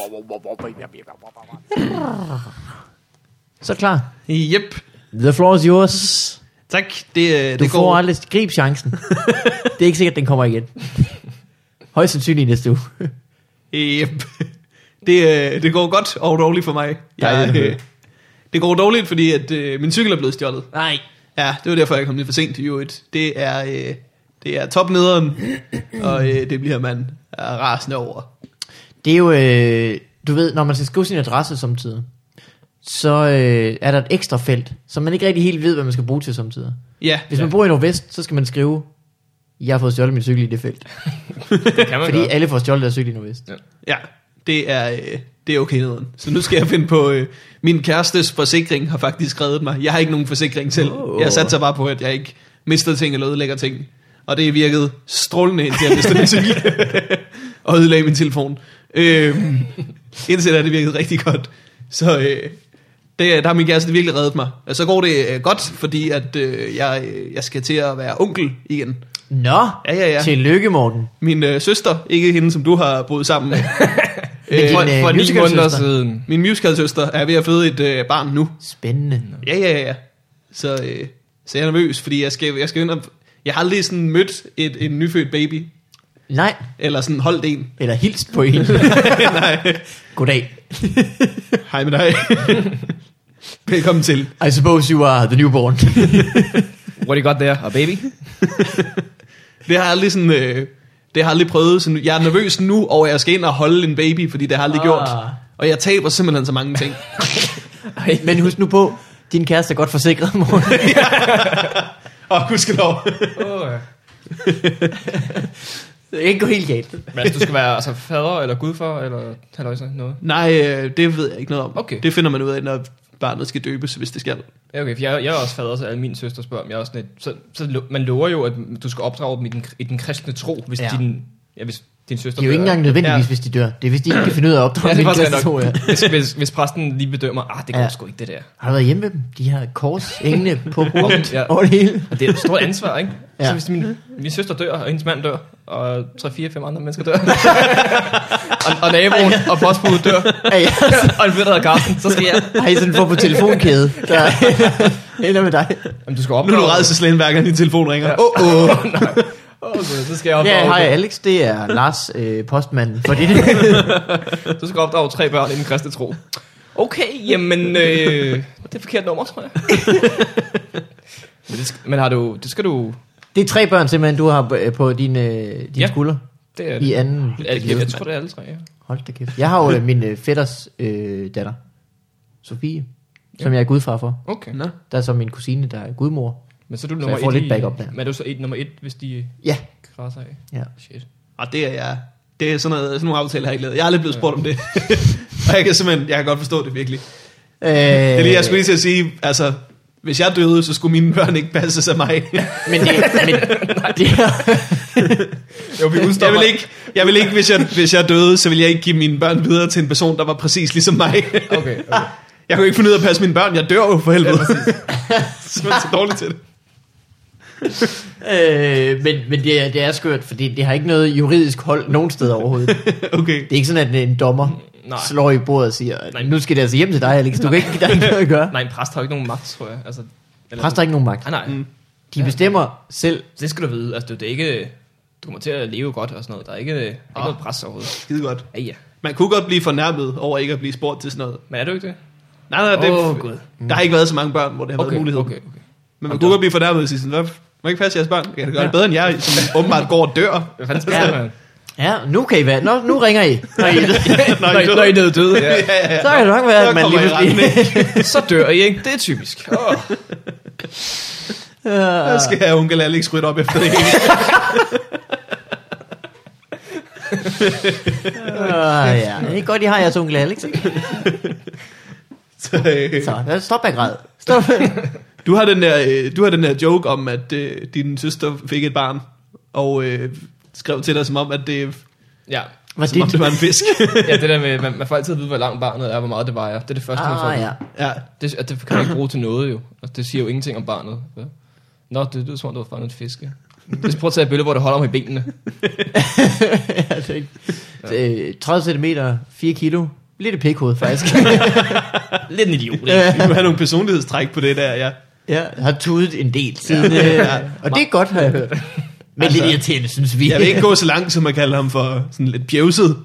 Så klar. Yep. The floor is yours. Tak. Det Du går. får aldrig grib chancen. Det er ikke sikkert, at den kommer igen. Højst sandsynligt næste uge. Yep. Det går godt og dårligt for mig. Det går dårligt, fordi at min cykel er blevet stjålet. Nej. Ja, det var derfor, jeg kom lidt for sent til Jørgen. Det er topnederen, og det bliver man rasende over. Det er jo, du ved, når man skal skrive sin adresse samtidig, så er der et ekstra felt, som man ikke rigtig helt ved, hvad man skal bruge til samtidig. Ja, Hvis man bor i Nordvest, så skal man skrive, jeg har fået stjålet min cykel i det felt. Det kan man Fordi godt. alle får stjålet deres cykel i Nordvest. ja, det er okay nederen. Så nu skal jeg finde på, min kærestes forsikring har faktisk reddet mig. Jeg har ikke nogen forsikring selv. Jeg satser bare på, at jeg ikke mister ting eller ødelægger ting. Og det virkede strålende, indtil jeg mistede min cykel. Og ødelagde min telefon. Indtil det virkede rigtig godt. Så der har min kæreste virkelig reddet mig. Og så går det godt, fordi at jeg skal til at være onkel igen. Nå, Ja. tillykke Morten. Min søster, ikke hende som du har boet sammen med. For 9 musicalsøster. måneder siden. Min musicalsøster er ved at føde et barn nu. Spændende. Ja. Så jeg er nervøs, fordi jeg skal ind og... Jeg har aldrig sådan mødt en nyfødt baby. Nej, Eller sådan holdt en. eller hilst på en. Nej. Goddag. Hej med dig. Velkommen til. I suppose you are the newborn. What you got there? A baby? Det har jeg aldrig sådan... det har jeg aldrig prøvet. Så jeg er nervøs nu over, at jeg skal ind og holde en baby, fordi det har jeg aldrig gjort. Og jeg taber simpelthen så mange ting. Men husk nu på, din kæreste er godt forsikret, Morten. Gudskelov. Det kan ikke gå helt galt. Men altså, du skal være altså, fader eller gudfar eller halløjsa noget? Nej, det ved jeg ikke noget om. Okay. Det finder man ud af, når barnet skal døbes, hvis det skal. Ja, okay, for jeg er også fader, så alle mine søstre spørger, om jeg er også sådan et, så man lover jo, at du skal opdrage dem i den kristne tro, hvis hvis din søster Det er jo ikke engang nødvendigvis, hvis de dør. Det er, hvis de ikke kan finde ud af at opdrage det er din faktisk kæreste. nok. Hvis præsten lige bedømmer, det går sgu ikke det der. Har du været hjemme med dem? De har kors hængende på hovedet Ja. over det hele. Og det er et stort ansvar, ikke? Ja. Så hvis min søster dør, og hendes mand dør, og 3-4-5 andre mennesker dør, og naboen og postbudet dør, Ja. og en fyr, der hedder Carsten, så skal jeg... Har I sådan en form for telefonkæde, der ender med dig? Jamen, du skal Nu er opdrage... du rædselslægen, hver gang din telefon ringer. Ja. Okay, så skal jeg opdrage. Ja, hej Alex, det er Lars, postmanden for det. Så skal jeg opdrage 3 børn i den kristne tro. Okay, jamen, det er forkert nummer, tror jeg. Men har du, det skal du... Det er 3 børn simpelthen, du har på dine skuldre. Det er det. I anden. Jeg tror, det er alle 3, ja. Hold da kæft. Jeg har jo min fætters datter, Sofie, som jeg er gudfar for. Okay. Nå. Der er så min kusine, der er gudmor. Men så er du Så nummer jeg får 1 lidt backup der. Men er du så nummer 1, hvis de Ja. krasser af? Ja. Shit. Og det er jeg. Det er sådan nogle aftaler, jeg har ikke lavet. Jeg har aldrig blevet spurgt om det. Og jeg kan godt forstå det virkelig. Det er lige, jeg skulle lige til at sige, altså, hvis jeg døde, så skulle mine børn ikke passe sig mig. Men det Jo, vi Jeg vil ikke, hvis jeg døde, så vil jeg ikke give mine børn videre til en person, der var præcis ligesom mig. Okay. Jeg kunne ikke finde ud af at passe mine børn. Jeg dør jo for helvede. Så er så dårligt til det. men det er skørt, fordi det har ikke noget juridisk hold nogen steder overhovedet. Okay. Det er ikke sådan, at en dommer Nej. slår i bordet og siger, Nej. nu skal det altså hjem til dig, Alex. Du kan ikke, der er ikke noget at gøre. Nej, en præst har jo ikke nogen magt, tror jeg. Altså, Præster har ikke nogen magt. Nej. De bestemmer selv. Det skal du vide. Altså, det er ikke... Du kommer til at leve godt og sådan noget. Der er ikke noget pres overhovedet. Skide godt. Ja. Man kunne godt blive fornærmet over ikke at blive spurgt til sådan noget. Men er du ikke det? Nej, God. der har ikke været så mange børn, hvor det har været mulighed. Okay. Men man kunne godt blive fornærmet og sige sådan, hvad? Må ikke passe jeres børn? Jeg kan gøre det bedre end jer, som åbenbart går og dør. Hvad fanden skal man? Ja, nu kan I være. Nå, nu ringer I. Når I er døde. Ja. Så kan det nok være, at man lige pludselig... Så dør I, ikke? Det er typisk. Jeg skal have onkel Alex rydde op efter det hele. Ja, det er godt, I har jeres onkel Alex. Så stop bag græd. Stop. Du har den der joke om, at din søster fik et barn, og skrev til dig som om, at det, Ja. som om det var en fisk. Ja, det der med, man får altid at vide, hvor langt barnet er, hvor meget det vejer. Det er det første, man får. Ja. Ja. Det kan man ikke bruge til noget, jo. Altså, det siger jo ingenting om barnet. Ja. Nå, det er som om, du har fanget en fiske. Prøv at tage et billede, hvor du holder mig i benene. Ja, det er 30 cm, 4 kilo. Lidt et pikhoved, faktisk. Lidt en idiot, ikke? Du har nogle personlighedstræk på det der, ja. Ja, har tudet en del siden. Og det er godt, har jeg hørt. Men lidt irriterende, synes vi. Jeg vil ikke gå så langt, som at kalde ham for sådan lidt bjevset.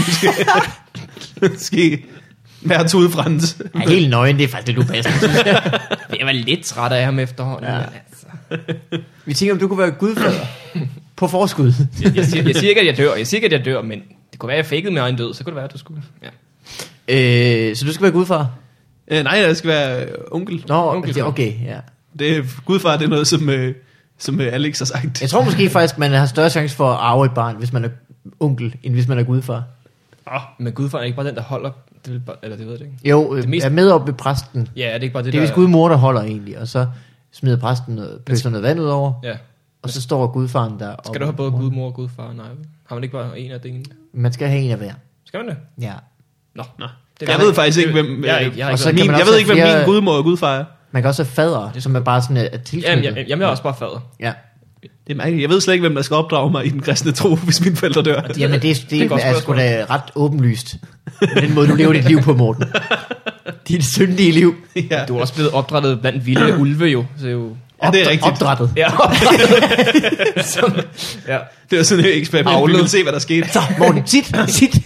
Måske være tudefrans. Ja, helt nøgen, det er faktisk det, du passer. Jeg var lidt træt af ham efterhånden. Ja. Men altså. Vi tænker, om du kunne være gudfader på forskud. Jeg siger ikke, at jeg dør. Men det kunne være, at jeg fakede med egen død. Så kunne det være, at du skulle. Ja. Så du skal være gudfar? Nej, jeg skal være onkel. Nå, okay, ja. Det er, gudfar, det er noget, som Alex har sagt. Jeg tror måske faktisk, man har større chance for at arve et barn, hvis man er onkel, end hvis man er gudfar. Men gudfar er ikke bare den, der holder. Eller det ved jeg ikke. Jo, Det mest- er med op ved præsten. Ja, det er ikke bare det, Det er der... vist gudmor, der holder egentlig, og så smider præsten noget, pøser noget vand ud over, Ja. og så står gudfaren der. Skal du have både gudmor og gudfar? Nej, har man ikke bare en af delene? Man skal have en af hver. Skal man det? Ja. Nå. Jeg ved faktisk ikke, hvem... Jeg har Og så ikke kan man jeg også ved ikke, hvem have flere- min gudmor og gudfar er. Man kan også have fader, som er bare sådan et tilknyttet. Jamen, jeg er også bare fader. Ja. Det er mærkeligt. Jeg ved slet ikke, hvem der skal opdrage mig i den kristne tro, hvis mine forældre dør. Jamen, det er et godt er sgu spørgsmål. da ret åbenlyst. Med den måde, du lever dit liv på, Morten. Dit syndige liv. Ja. Du er også blevet opdrettet blandt vilde ulve, jo. Så jo... Ja, det er rigtigt. Opdrættet. Ja, opdrettet. Ja. Det var sådan et eksperiment. Vi ville se, hvad der skete. Så, Morten, sit.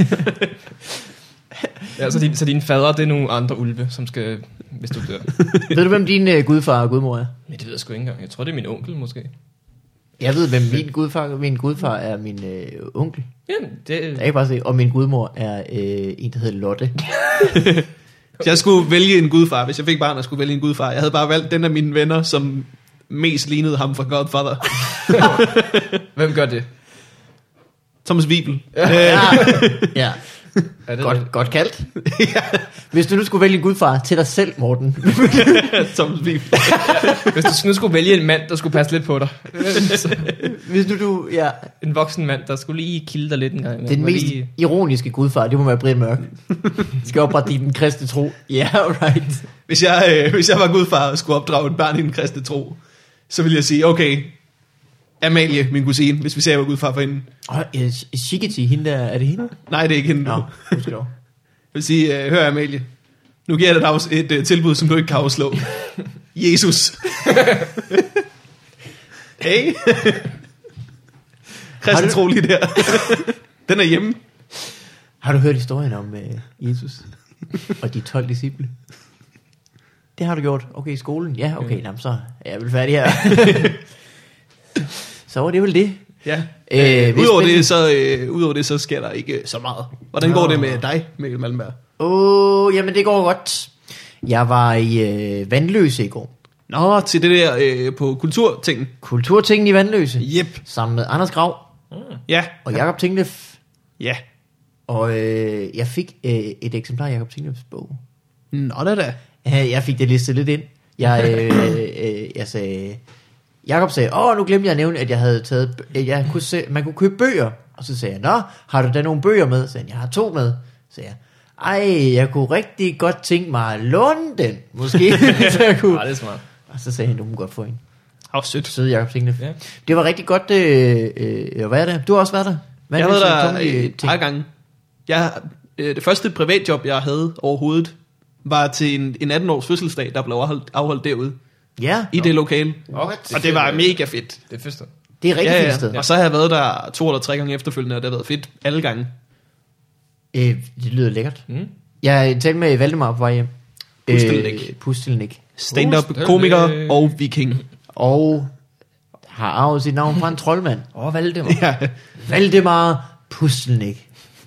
Ja, så din fader, det er nogle andre ulve, som skal, hvis du dør. Ved du, hvem din gudfar og gudmor er? Men det ved jeg sgu ikke engang. Jeg tror, det er min onkel, måske. Jeg ved, hvem min gudfar er min onkel. Jamen, det... Jeg kan bare se, og min gudmor er en, der hedder Lotte. Hvis jeg skulle vælge en gudfar, hvis jeg fik barn og skulle vælge en gudfar, jeg havde bare valgt den af mine venner, som mest lignede ham fra Godfather. Hvem gør det? Thomas Wiebel. Ja. Er det Godt kaldt. Hvis du nu skulle vælge en gudfar til dig selv, Morten. Thomas Wiebel. Hvis du nu skulle vælge en mand, der skulle passe lidt på dig. Hvis nu ja. En voksen mand, der skulle lige kilde dig lidt en gang. Den mest ironiske gudfar, det må være Brian Mørk. Skal oprette den kristne tro. Ja, yeah, right. Hvis jeg var gudfar og skulle opdrage et barn i den kristne tro, så ville jeg sige, okay, Amalie, min kusine, hvis vi ser, jeg var gudfar for hende. Shigeti, hende der, er det hende? Nej, det er ikke hende. Nå, husk dog. Jeg vil sige, hør Amalie, nu giver jeg dig et tilbud, som du ikke kan afslå. Jesus. Hey. Kristen tro lige der. Den er hjemme. Har du hørt historien om Jesus og de 12 disciple? Det har du gjort. Okay, i skolen? Ja, okay, jamen, så er jeg vel færdig her. Så var det vel det. Ja. Udover det, så sker der ikke så meget. Hvordan går det med dig, Mikkel Malmberg? Jamen det går godt. Jeg var i Vandløse i går. Nå, til det der på kulturtingen. Kulturtingen i Vandløse. Yep. Sammen med Anders Grav Ja. og Jakob Tinglef. Ja. Og jeg fik et eksemplar af Jakob Tinglefs bog. Nå da. Jeg fik det listet lidt ind. Jeg sagde... Jakob sagde, nu glemte jeg at nævne, at jeg havde taget... man kunne købe bøger. Og så sagde jeg, nå, har du da nogle bøger med? Så sagde jeg har 2 med. Så sagde jeg, jeg kunne rigtig godt tænke mig at låne den. Måske. Så jeg kunne. Ja, det er smart. Og så sagde han, du må godt få en. Sødt. Søde Jakob Tinglef. Ja. Det var rigtig godt. Hvad er det? Du har også været der? Jeg har været der et par gange. Det første privatjob, jeg havde overhovedet, var til en 18-års fødselsdag, der blev afholdt derude. Ja. I det lokale. Og det var mega fedt. Det er fedt. Det er rigtig fedt sted. Og så har jeg været der 2 eller 3 gange efterfølgende, og det har været fedt alle gange. Det lyder lækkert. Jeg talte med Valdemar på vej hjem. Pustelnik. Stand-up komiker og viking. Og har arvet sit navn fra en troldmand. Valdemar. Ja. Valdemar Pustelnik.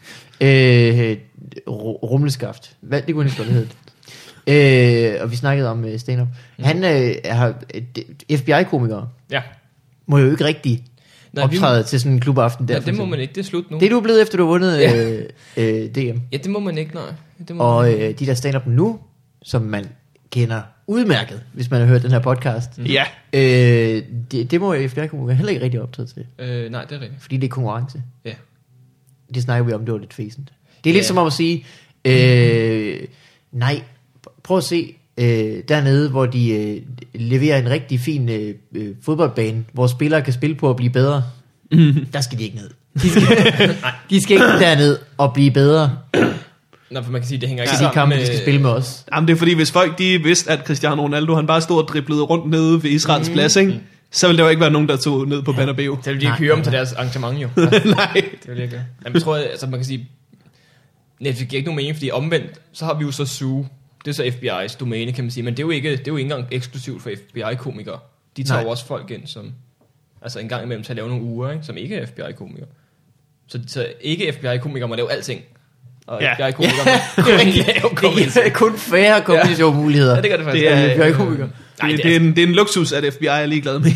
Rumleskaft. Det kunne ikke det hedde. Og vi snakkede om stand-up. Han har FBI-komiker. Ja. Må jo ikke rigtig optræde til sådan en klubaften der. Ja, det må man ikke. Det er slut nu. Det er du blevet efter, du har vundet DM. Ja, det må man ikke, nej. Det må Og man ikke. de der stand-up nu, som man kender udmærket, hvis man har hørt den her podcast. Ja. Det må FBI-komikere heller ikke rigtig optræde til. Nej, det er rigtigt. Fordi det er konkurrence. Ja. Det snakker vi om, det var lidt fæsent. Det er lidt som om at sige, nej, prøv at se dernede, hvor de leverer en rigtig fin fodboldbane, hvor spillere kan spille på at blive bedre. Der skal de ikke ned. De skal ikke derned og blive bedre. Nå, for man kan sige, det hænger ikke Til de sammen kampe, med... de skal spille med os. Jamen det er fordi, hvis folk de vidste, at Cristiano Ronaldo, han bare stod og driblede rundt nede ved Israels plads, ikke? Så ville der jo ikke være nogen, der tog ned på Bernabeu. Så vil de ikke hyre dem til deres arrangement, jo. Nej. Det vil jeg ikke. Jamen, jeg tror, altså man kan sige... Netflix giver ikke nogen mening, fordi omvendt, så har vi jo så Zoo. Det er så FBI's domæne, kan man sige. Men det er jo ikke engang eksklusivt for FBI-komikere. De tager jo også folk ind, som... Altså en gang imellem til at lave nogle uger, ikke? Som ikke er FBI-komikere. Så ikke FBI-komikere må lave alting. Og FBI-komikere må kun lave komikere. Det er kun færre kommunikationsmuligheder. Ja, det gør det faktisk. Det er FBI-komikere. Det er en luksus, at FBI er ligeglad med.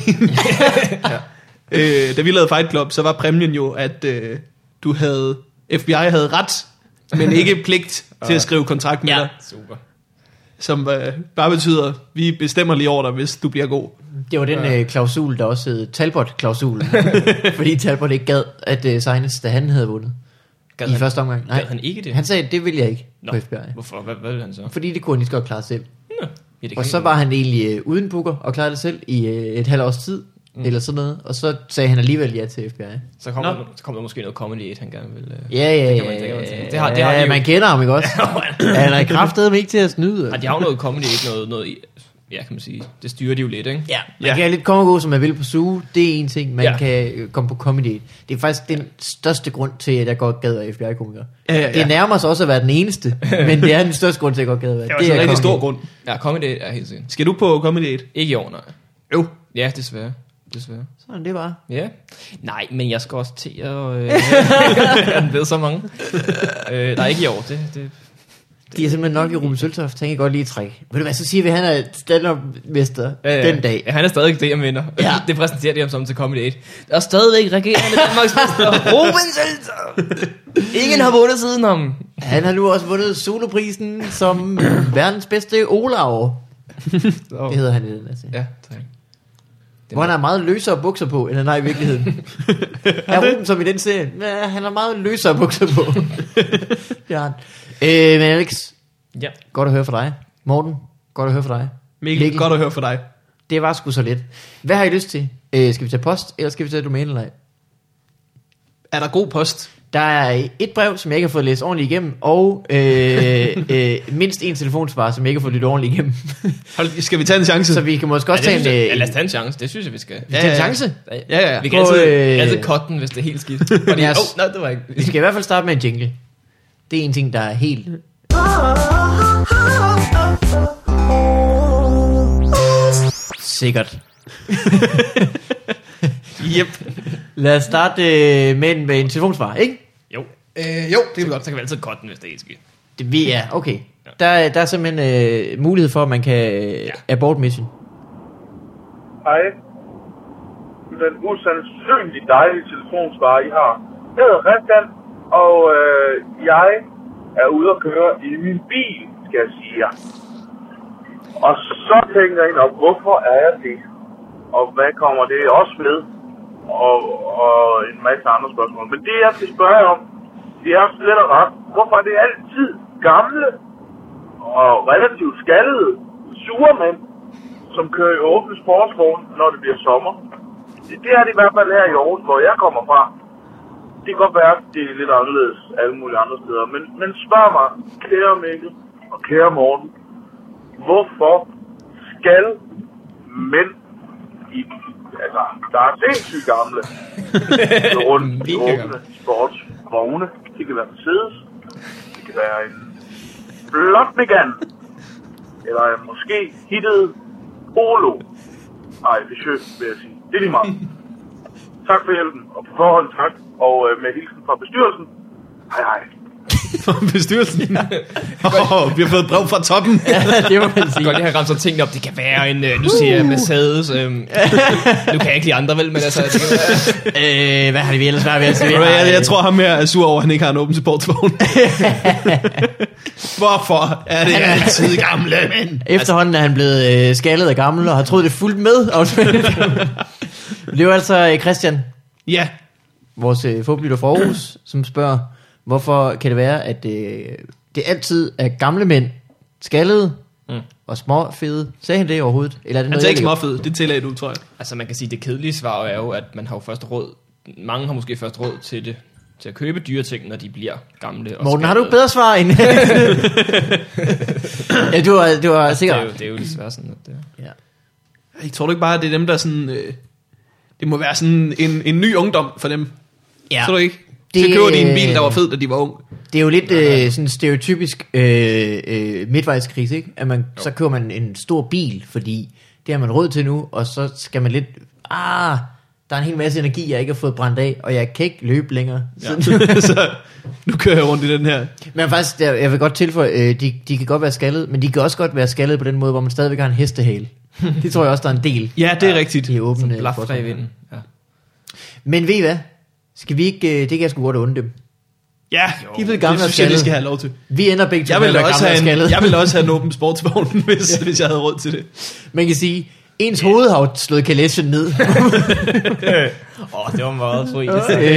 Da vi lavede Fight Club, så var præmien jo, at FBI havde ret, men ikke pligt til at skrive kontrakt med dig. Super. Som bare betyder, vi bestemmer lige over dig, hvis du bliver god. Det var den klausul, der også hed Talbot-klausulen. Fordi Talbot ikke gad at signes, da han havde vundet. I første omgang. Nej, han ikke det? Han sagde, det vil jeg ikke på FBI. Hvorfor? Hvad vil han så? Fordi det kunne han lige så godt klare selv. Ja, og så var han egentlig uden booker og klarede det selv i et halvt års tid. Eller sådan noget. Og så sagde han alligevel ja til FBI. Så kom der måske noget comedy, han gerne vil... Det har man kender ham ikke også? Han er kraftedeme ikke til at snyde. De har jo noget comedy, ikke noget ja, kan man sige. Det styrer de jo lidt, ikke? Ja, man kan lidt komme og gå, som man vil på Zoo. Det er en ting, man kan komme på comedy. Det er faktisk den største grund til, at jeg godt gad af FBI-komikere. Det nærmer sig også at være den eneste, men det er den største grund til, at jeg godt gad af. Det er en rigtig stor grund. Ja, comedy er helt sikkert. Skal du på Comedy 8? Ikke i år, nej. Jo. Ja, desværre. Sådan det var. Ja. Nej, men jeg skal også til at... jeg ved så mange. Nej, ikke i år. De er simpelthen nok i Ruben Søltoft. Han kan godt lige trække. Ved du hvad, så siger vi, at han er stand-up-mester den dag. Ja, han er stadig det, jeg mener. Ja. Det præsenterer de ham som til Comedy 8. Der er stadigvæk regerende Danmarksmester. Ruben Søltoft. Ingen har vundet siden ham. Han har nu også vundet soloprisen som verdens bedste Olav. Det hedder han i den her serie. Ja, tak. Hvor han har meget løsere bukser på, end han har i virkeligheden. Er Ruben som i den serie? Ja, han har meget løsere bukser på. Det har han. Men Alex, godt at høre fra dig. Morten, godt at høre fra dig. Mikkel, godt at høre fra dig. Det var sgu så lidt. Hvad har I lyst til? Skal vi tage post, eller skal vi tage domænelej? Er der god post? Der er et brev, som jeg ikke har fået læst ordentligt igennem, og mindst en telefonsvar, som jeg ikke har fået lyttet ordentligt igennem. Skal vi tage en chance? Så vi kan måske også tage en... lad os tage en chance, det synes jeg, vi skal. Vi tager en chance? Ja. Vi kan altid cutte den, hvis det er helt skidt. Fordi, nej, det var ikke. Vi skal i hvert fald starte med en jingle. Det er en ting, der er helt... Sikkert. Yep. Lad os starte med en telefonsvar, ikke? Jo. Jo, det er godt. Så kan vi altid cutte den, hvis det er helt skidt. Okay. Der er simpelthen mulighed for, at man kan abort mission. Hej. Den usandsynligt dejlige telefonsvarer, I har. Jeg hedder Christian, og jeg er ude at køre i min bil, skal jeg sige jer. Og så tænker jeg ind, hvorfor er jeg det? Og hvad kommer det også med? Og en masse andre spørgsmål. Men det jeg skal spørge om, det er slet og ret. Hvorfor er det altid gamle og relativt skaldede sure mænd, som kører i åbne sportsvogn, når det bliver sommer? Det er det i hvert fald her i Aarhus, hvor jeg kommer fra. Det kan godt være, at det er lidt anderledes alle mulige andre steder. Men spørg mig, kære Mikkel og kære Morten, hvorfor skal mænd der er sindssygt gamle rundt i åbne sportsvogne? Det kan være Mercedes, det kan være en flot Megane, eller måske hittet Polo. Ej, det er sjovt, vil jeg sige. Det er lige meget. Tak for hjælpen, og på forhånd tak, og med hilsen fra bestyrelsen. Hej hej. Bestyrelsen. Vi har fået et brev fra toppen. Ja, det må man sige. Godt, jeg har ramt sådan ting op. Det kan være en, nu siger jeg Mercedes. Nu kan jeg ikke lide andre, vel, men altså... Det kan være. Hvad har de ellers været ved at sige? Jeg tror, ham her er sur over, at han ikke har en åben sportsvogn. Hvorfor er det altid gamle mænd? Efterhånden er han blevet skaldet af gammel, og har troet det fuldt med. Det var altså Christian, vores fodboldlytter fra Aarhus, som spørger, hvorfor kan det være, at det altid er gamle mænd, skaldede og småfede? Sagde han det overhovedet? Eller er det han sagde ikke småfede, det tæller du, tror jeg. Altså man kan sige, det kedelige svar er jo, at man har jo først råd. Mange har måske først råd til det. Til at købe dyre ting, når de bliver gamle. Og Morten, har du et bedre svar end... Ja, du var sikkert. Det er jo lidt svært sådan, at det er. Ja. Jeg tror du ikke bare, at det er dem, der sådan... det må være sådan en ny ungdom for dem. Ja. Så du ikke? Så køber de en bil, der var fed, da de var ung. Det er jo lidt sådan stereotypisk midtvejskrise, ikke? At man, så køber man en stor bil, fordi det har man råd til nu, og så skal man lidt... der er en hel masse energi, jeg ikke har fået brændt af, og jeg kan ikke løbe længere. Ja. Så nu kører jeg rundt i den her. Men faktisk, jeg vil godt tilføje, de kan godt være skaldet, men de kan også godt være skaldet på den måde, hvor man stadigvæk har en hestehale. Det tror jeg også, der er en del. Ja, det er rigtigt. Det er åbent. Blafre i vinden. Ja. Men ved I hvad? Skal vi ikke, det kan jeg sgu godt unde dem. Ja, de er blevet gamle, det synes jeg, de skal have lov til. Vi ender begge to jeg med at være gamle og skaldede. Jeg ville også have en åben sportsvogn, hvis jeg havde råd til det. Man kan sige, ens hoved har jo slået kalechen ned. Det var meget fri.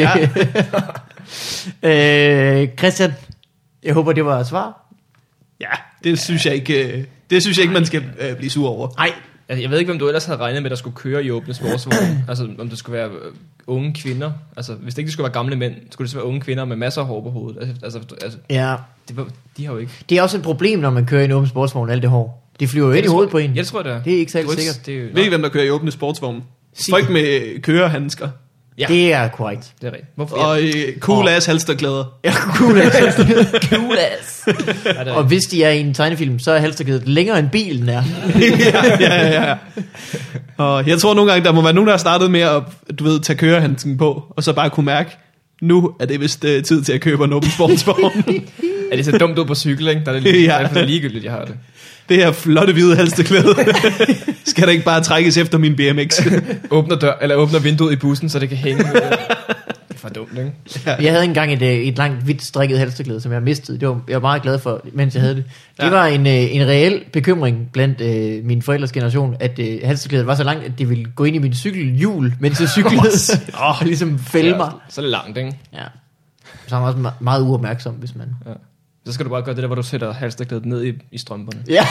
Christian, jeg håber, det var et svar. Ja, det synes jeg ikke, man skal blive sur over. Nej. Jeg ved ikke, hvem du ellers havde regnet med, der skulle køre i åbne sportsvogne. Altså, om det skulle være unge kvinder. Altså, hvis det ikke skulle være gamle mænd, skulle det så være unge kvinder med masser af hår på hovedet. Altså, ja. De har jo ikke... Det er også et problem, når man kører i en åben sportsvogn, alt det hår. Det flyver jo ind i hovedet på en. Jeg tror, det er. Det er ikke særlig sikkert. Ved I, hvem der kører i åbne sportsvogne? Folk med kørehandsker. Ja. Det er korrekt. Det er rigtigt. Hvorfor? Og cool ass halsterklæder. Ja, cool ass. Cool ass. Og hvis de er i en tegnefilm, så er halsterklædet længere end bilen er. ja. Og jeg tror nogle gange, der må være nogen, der har startet med at, tage kørehandsken på, og så bare kunne mærke, nu er det vist tid til at købe en åben sportsvogn. Er det så dumt ud på cykel, ikke? Der er det ligegyldigt, jeg har det. Det her flotte hvide halsterklæde skal der ikke bare trækkes efter min BMX. åbner vinduet i bussen, så det kan hænge. Det er for dumt, ikke? Ja. Jeg havde engang et langt hvidt strikket halsterklæde, som jeg mistede. Jeg var meget glad for, mens jeg havde det. Det var en reel bekymring blandt mine forældres generation, at halsterklædet var så langt, at det ville gå ind i min cykelhjul, mens jeg cyklede. Og ligesom fælde mig. Så er det langt, ikke? Ja. Så er man også meget uopmærksom, hvis man... Ja. Så skal du bare gøre det der, hvor du sætter halsterklædet ned i strømperne. Ja.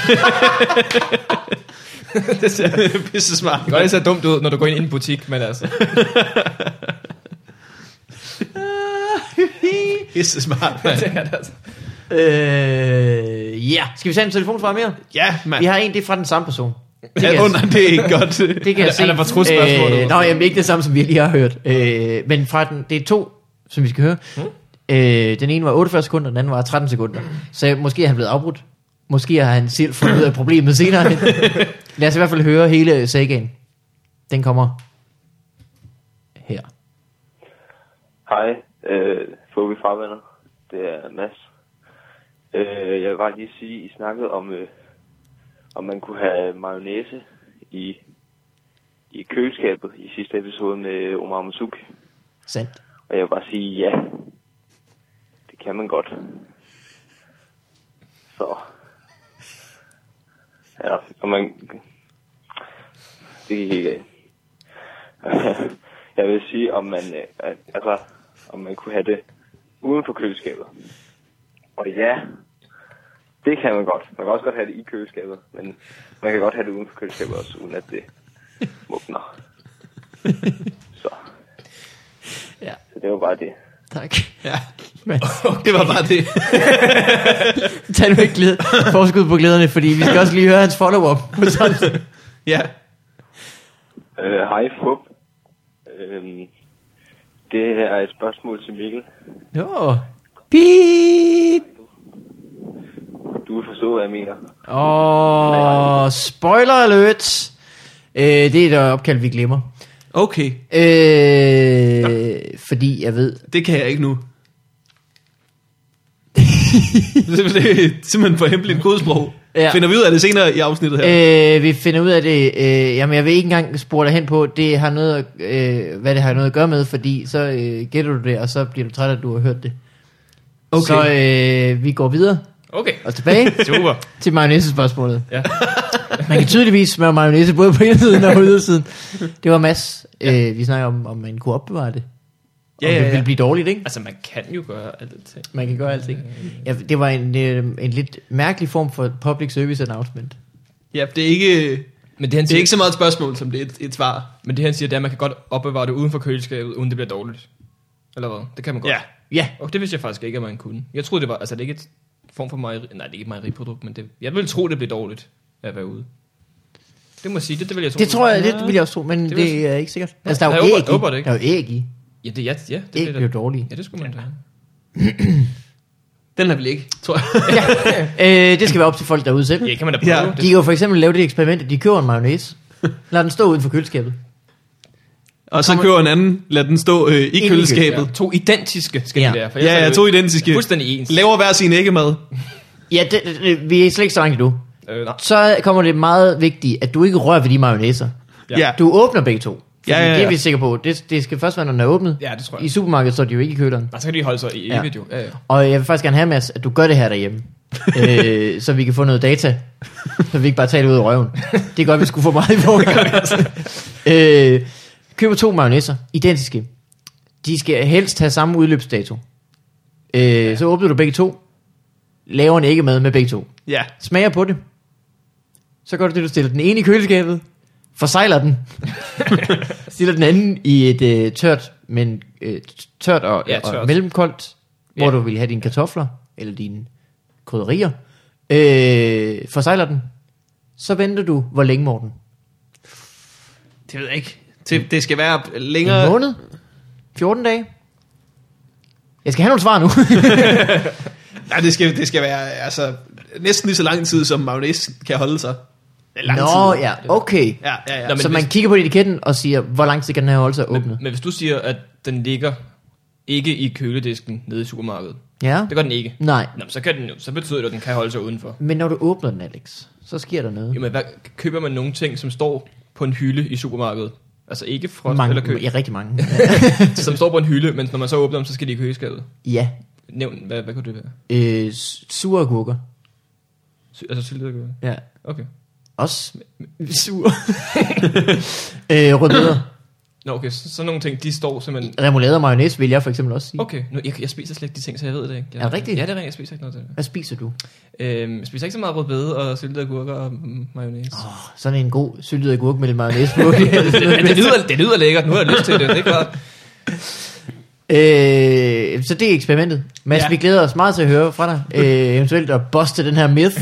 Det ser pisse smart. Det går ikke så dumt ud, når du går ind i en butik, men altså... Pisse smart, mand. Det er det altså. Ja, skal vi tage en telefon fra mere? Ja, mand. Vi har en, det er fra den samme person. Det Ja, det er ikke godt. Det kan jeg se. Han er fortrudt spørgsmålet. Nå, jamen ikke det samme, som vi lige har hørt. Men fra den, det er 2, som vi skal høre. Den ene var 48 sekunder, den anden var 13 sekunder. Så måske er han blevet afbrudt. Måske har han selv fundet ud af problemet senere. Lad os i hvert fald høre hele sagaen. Den kommer her. Hej, Fobi Farvandet. Det er Mads. Jeg vil bare lige sige, I snakkede om man kunne have mayonnaise i køleskabet i sidste episode med Omar Masuk. Sandt. Og jeg vil bare sige, ja, det kan man godt. Så, ja, og man, det gik ikke af. Jeg vil sige, om man kunne have det uden for køleskabet. Og ja, det kan man godt. Man kan også godt have det i køleskabet, men man kan godt have det uden for køleskabet også, uden at det mugner. Så. Ja. Så det var bare det. Tak. Ja, Men, det var bare det. tag nu ikke forskud på glæderne, fordi vi skal også lige høre hans follow-up. Ja. Hej Fup. Det her er et spørgsmål til Mikkel. Jo. Beep. Du vil forstå, hvad jeg mener. Spoiler alert. Det er et opkald, vi glemmer. Okay, Fordi jeg ved... det kan jeg ikke nu. Det er simpelthen for hemmeligt et kodesprog. Ja. Finder vi ud af det senere i afsnittet her? Vi finder ud af det. Jamen, jeg vil ikke engang spore dig hen på, det har noget, hvad det har noget at gøre med, fordi så gætter du det, og så bliver du træt, at du har hørt det. Okay. Så vi går videre Okay. og tilbage Super. til mayonnaise-spørgsmålet. Ja. Man kan tydeligvis smøre mayonnaise både på indersiden og på ydersiden. Det var Mads. Vi snakker om man kunne opbevare det. Ja, Om ja, det ja. ville blive dårligt, ikke? Altså, man kan jo gøre alt det. Man kan gøre alting. Ja, det var en lidt mærkelig form for public service announcement. Ja, det er ikke, Men det, han det er siger, ikke så meget et spørgsmål, som det er et svar. men det han siger, det er, at man kan godt opbevare det uden for køleskabet, uden det bliver dårligt. Eller hvad? Det kan man godt. Ja. Ja, Og det vidste jeg faktisk ikke, at man kunne. Jeg troede, det var, altså det er ikke et form for mejeri, nej, det er ikke et mejeriprodukt, men det, jeg ville tro, det bliver dårligt at være ude. Det må jeg sige, det vil jeg tro. det tror jeg, det vil jeg også tro, men Det vil det er ikke sikkert. Altså, der er Jeg jo håber- æg i. håber det ikke. Der er jo æg i. Ja, det, ja, det Æg bliver bliver dårlige. Ja, det skulle man da. Den har vi ikke, tror jeg. Det skal være op til folk derude selv. Ja, kan man da prøve. Ja. Ja. De kan jo for eksempel lave det eksperiment, at de køber en mayonnaise. Lad den stå uden for køleskabet. Og så køber en anden, lad den stå i køleskabet. Ja, to identiske skal Ja. de være. For ellers er Ja, det to jo identiske. fuldstændig ens. Laver hver sin æggemad. Ja, vi er slet ikke så langt endnu. Nej. Så kommer det meget vigtigt, at du ikke rører ved de mayonnaiser. Ja. Du åbner begge to. Fordi Ja. det er vi sikre på. Det skal først være, når den er åbnet. Ja, det tror jeg. I supermarkedet står de jo ikke i køleren. Nej, så kan de holde sig i Ja. evigt jo. Ja, ja. Og jeg vil faktisk gerne have, Mads, at du gør det her derhjemme. Så vi kan få noget data. Så vi ikke bare tager det ud af røven. Det er godt, vi skulle få meget i forgang. Køber 2 mayonnaiser. Identiske. De skal helst have samme udløbsdato. Så åbner du begge to. Laver en æggemad med begge to. Ja. Smager på det. Så gør du det, du stiller den ene i køleskabet. Forsejler den. Stiller den anden i et tørt, men tørt og, Ja, og tørt. mellemkoldt, hvor Ja. du vil have dine kartofler, eller dine krydderier. Forsejler den. Så venter du, hvor længe, Morten? Det ved jeg ikke. Det skal være En længere. måned? 14 dage? Jeg skal have nogle svar nu. Nej, det skal være altså, næsten lige så lang tid, som mayonnaise kan holde sig. Lang Nå, tid. ja, okay. Ja, ja, ja. Nå, men Så man hvis- kigger på etiketten og siger, hvor lang tid kan den her holde sig åbnet? Men hvis du siger, at den ligger ikke i køledisken nede i supermarkedet. Ja? Det gør den ikke. Nej. Nå, så, kan den jo, så betyder det, at den kan holde sig udenfor. Men når du åbner den, Alex, så sker der noget. Jamen, køber man nogle ting, som står på en hylde i supermarkedet? Altså ikke frost eller køl, Ja, rigtig mange. som står på en hylde, men når man så åbner dem, så skal de i køleskabet. Ja. Nævn, hvad kunne det være? Sure agurker. Altså syltet agurker? Ja. Okay. Også sur. Rødbeder. Nå, okay, så nogle ting, de står simpelthen... Remoulade og mayonnaise vil jeg for eksempel også sige. Okay, nu, jeg spiser slet ikke de ting, så jeg ved det ikke. Er det rigtigt? Ja, det er rigtigt, jeg spiser ikke noget til det. Hvad spiser du? Jeg spiser ikke så meget rødbede og syltede agurker og mayonnaise. Sådan en god syltet agurk med lidt mayonnaise på. Men det lyder lækkert, nu har jeg lyst til det, det er klart. Så det er eksperimentet. Mads, vi glæder os meget til at høre fra dig. Eventuelt at buste den her myth.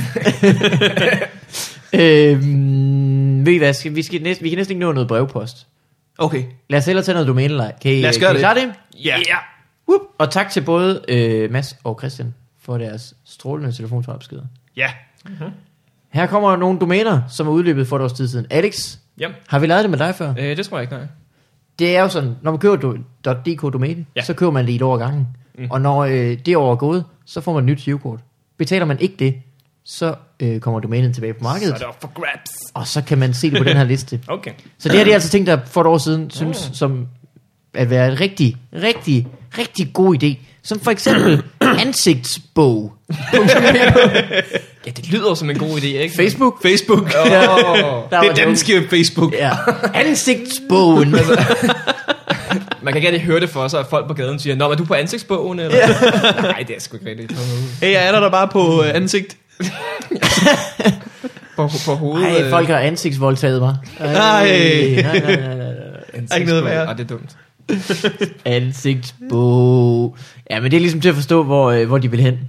Ved I hvad, vi kan næsten ikke nå noget brevpost. Okay. Lad os hellere tage noget domænelej. Lad os gøre det. Klare det? Ja. Whoop. Og tak til både Mads og Christian for deres strålende telefonsvarbeskeder. Ja. Her kommer nogle domæner, som er udløbet for et års tid siden. Alex, Ja. har vi lavet det med dig før? Det tror jeg ikke, nej. Det er jo sådan, når man køber .dk domæne, så køber man det et år ad gangen. Og når det år er gået, så får man et nyt SIV-kort. Betaler man ikke det, så kommer domænen tilbage på markedet. Så er det op for grabs. Og så kan man se det på den her liste. Okay. Så det her det er altså ting, der for et år siden synes som at være en rigtig god idé. Som for eksempel ansigtsbog. Ja, det lyder som en god idé, ikke? Facebook. Facebook. Der Det var er danske Facebook. Ja. Ansigtsbogen. Man kan ikke rigtig høre det for sig, at folk på gaden siger, nå, er du på ansigtsbogen? Eller? Nej, det er sgu ikke rigtigt. Hey, jeg er der bare på ansigt. På hovedet. Nej, folk har ansigtsvoldtaget mig. Nej. Ikke noget værre. Nej, det er dumt. Ansigtsbog. Ja, men det er ligesom til at forstå, hvor de vil hen.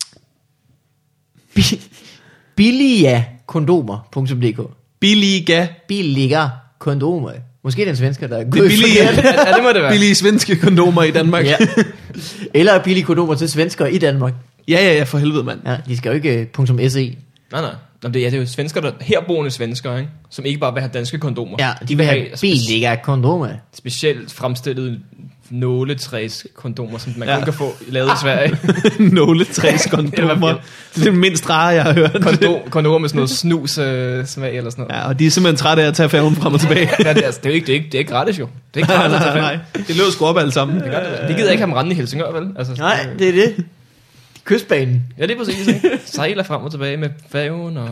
Billigakondomer.dk Billiga kondomer. Måske den svensker, der er gået billige, Ja, det må det være. billige svenske kondomer i Danmark. Ja. Eller billige kondomer til svenskere i Danmark. Ja, for helvede, mand. Ja, de skal jo ikke .se. Nej. Nå, det er jo svensker, der herboende svensker, ikke? Som ikke bare vil have danske kondomer. Ja, de vil have billiga kondomer. Specielt fremstillet nåletræs kondomer, som man kun kan få lavet i Sverige. Nåletræs kondomer. Det er det mindst rare, jeg har hørt. Kondomer med sådan noget snus smag eller sådan noget. Ja, og de er simpelthen trætte af at tage færgen frem og tilbage. Ja, det er ikke gratis jo. Det er ikke gratis at tage Nej. Det løber sgu op alle sammen. Det gør det. De gider ikke have dem rendende i Helsingør, vel? Altså, Nej, det er det. Kystbanen. Ja, det er præcis, ikke? Sejler frem og tilbage med færgen og...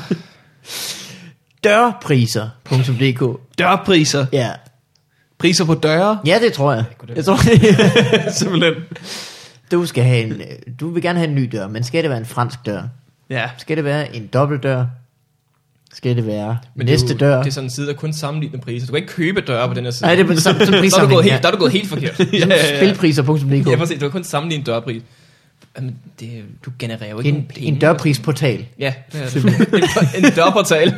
Dørpriser.dk Dørpriser. Ja. Priser på døre. Ja, det tror jeg. Jeg tror, Simpelthen. du vil gerne have en ny dør, men skal det være en fransk dør? Ja. Skal det være en dobbeltdør? Skal det være Men næste dør? Det er sådan en side, der kun sammenligner priser. Du kan ikke købe døre på den her side. Nej, det er sådan så prissammenligning. der er du gået helt forkert. Spilpriser.dk Ja, præcis. Du kan kun sammenligne en dørpris. Jamen, du genererer jo ikke nogen penge. En dørprisportal. Ja, det er det. En dørportal.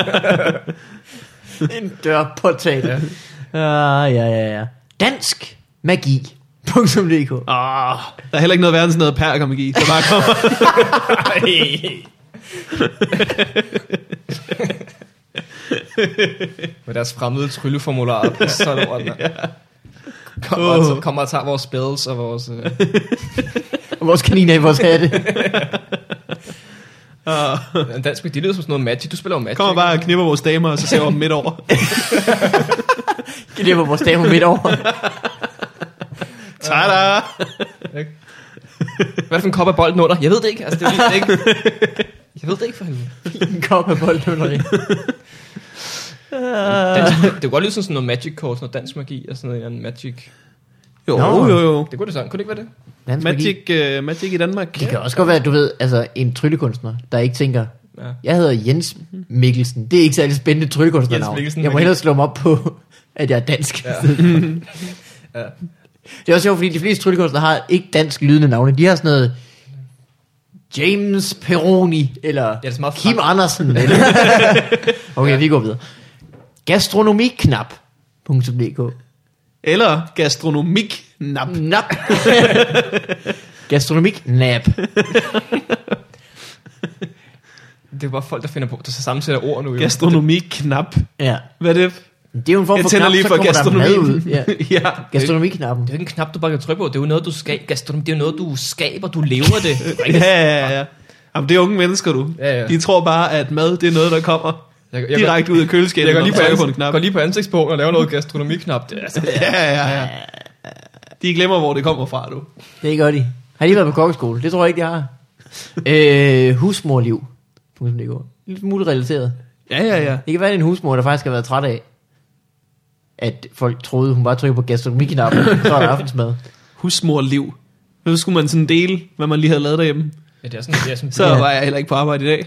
En dørportal. Ja. Dansk magi.dk Der er heller ikke noget værre end sådan noget perkermagi, der bare kommer. Med deres fremmede trylleformularer. Så er det kommer og tager vores spells og vores... Og vores kaniner i vores hatte. En dansk magi, det lyder som sådan noget magic. Du spiller jo magic. Kommer bare og knipper vores damer, og så ser vi dem midt over. Det var vores damer midt over. Tada! Hvad for en kop af bolden under? Jeg ved det ikke. Altså, det er ikke. Jeg ved det ikke for helvede. En kop af bolden under det. Det kunne godt lyde som sådan noget magic kort, sådan noget dansk magi og sådan noget magic. Jo. Det kunne det sådan. Kunne det ikke være det? Dansk magi. Magic i Danmark. Det kan også godt være, at du ved, altså en tryllekunstner, der ikke tænker, jeg hedder Jens Mikkelsen. Det er ikke særlig spændende tryllekunstnernavn. Jeg må hellere slå mig op på, at jeg er dansk. Ja. Ja. Det er også sjovt, fordi de fleste tryllekunstnere har ikke dansk lydende navne. De har sådan noget James Peroni, eller Kim Andersen. Eller okay, vi går videre. Gastronomiknap.dk Eller gastronomiknap. Nap. Gastronomiknap. Det er bare folk, der finder på, der så sammensætter ord nu. Gastronomiknap. Ja. Hvad er det? Det er jo en form for Jeg tænder knap, lige så for kommer der mad ud. gastronomien. Ja. Ja. Gastronomiknappen. Det er jo ikke en knap, du bare kan trykke på. Det er jo noget, du skaber. Gastronomi, det er jo noget, du skaber. Du lever det. Ja. Jamen, det er unge mennesker, du. Ja. De tror bare, at mad, det er noget, der kommer direkte ud af køleskabet. Jeg går lige, på en knap. går lige på ansigtsbogen og laver noget gastronomiknap. Det er altså, Ja. De glemmer, hvor det kommer fra, du. Det gør de. Har de været på kokkeskole? Det tror jeg ikke, de har. Husmorliv.dk. Lidt smule relateret. Ja. Det kan være, det er en husmor, der faktisk har været træt af, at folk troede, hun bare trykker på gastronomiknappen, så er der aftensmad. Husmorliv. Så skulle man sådan dele, hvad man lige havde lavet derhjemme. ja, det er sådan, Så var jeg heller ikke på arbejde i dag.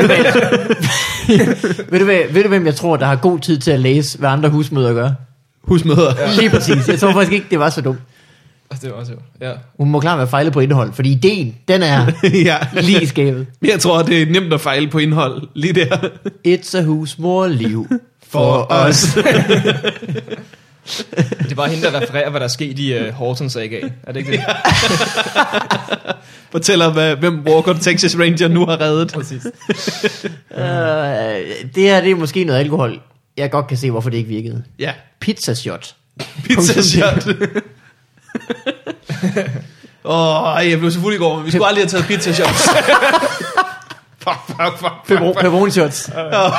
Ved du, hvem jeg tror, der har god tid til at læse, hvad andre husmødre gør? Husmøder. Lige præcis. Jeg tror faktisk ikke, det var så dumt. Altså, det var også jo. Ja. Hun må klart være fejlet på indhold, fordi ideen, den er Ja. lige i skabet. Jeg tror, det er nemt at fejle på indhold lige der. It's a husmorliv For os. Det er bare hende, der refererer, hvad der er sket i Horton-sagaen. Er det ikke det? Fortæller, hvem Walker Texas Ranger nu har reddet. Præcis. Det her, det er måske noget alkohol. Jeg godt kan se, hvorfor det ikke virkede. Ja. Pizza shot. Pizza shot. Jeg blev så fuld i går, men vi skulle aldrig have taget pizza shots. Fuck. Pepperoni shots.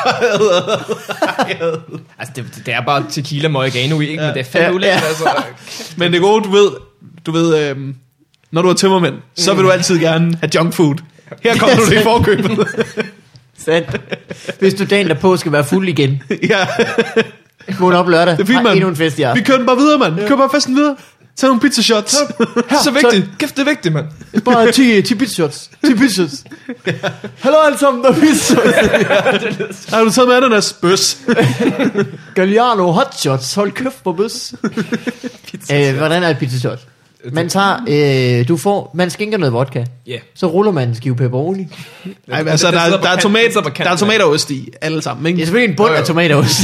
Altså, det er bare tequila moregano i, ikke? Men det er fandme ulækkert, altså. Men det gode, du ved, når du er tømmermænd, så vil du altid gerne have junk food. Her kommer du det i forkøbet. Sandt. Hvis du dagen derpå skal være fuld igen. Ja. Vågn op lørdag. Det er fint, mand. Endnu en fest i aften. Vi kører den bare videre, mand. Vi kører bare festen videre. Tag nogle pizza shots. Så vigtigt. Kæft, det er vigtigt, mand. Bare 10 pizza shots. 10 pizza shots. Hallo alle sammen, der er pizza shots. Har du taget med ananas? Bøs. Galliano hot shots. Hold kæft på bøs. Hvordan er et pizza shot? Man tager, man skænker noget vodka. Ja. Så ruller man en skive pepperoni. Ej, altså, der er tomatost i alle sammen, ikke? Det er selvfølgelig en bund af tomatost.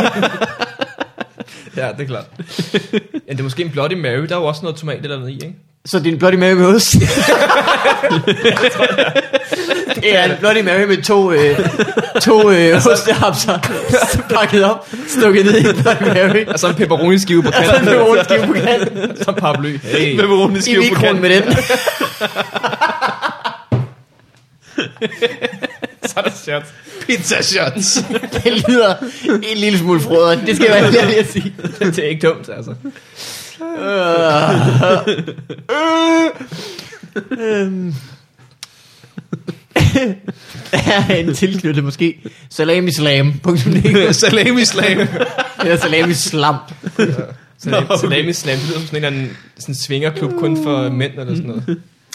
Ja, det er klart. Ja, det er måske en Bloody Mary. Der er jo også noget tomat dernede i, ikke? Så det er en Bloody Mary med ost. Det er en Bloody Mary med to ostehapser pakket op, stukket ned i en Bloody Mary. Og så en pepperoni-skive på Og så en kanten. pepperoni-skive på kanten. Som paraply. Hey. Pepperoni-skive I på mikroen kanten. med den. Så er det shots. Pizza shots. Det lyder en lille smule frødret. Det skal jeg være ærlig at sige. Det er ikke dumt, altså. En tilknyttet måske. Salamislam.dk. Salami-slam. Eller salamislam. Salami-slam, det lyder som sådan en eller anden sådan svingerklub kun for mænd eller sådan noget.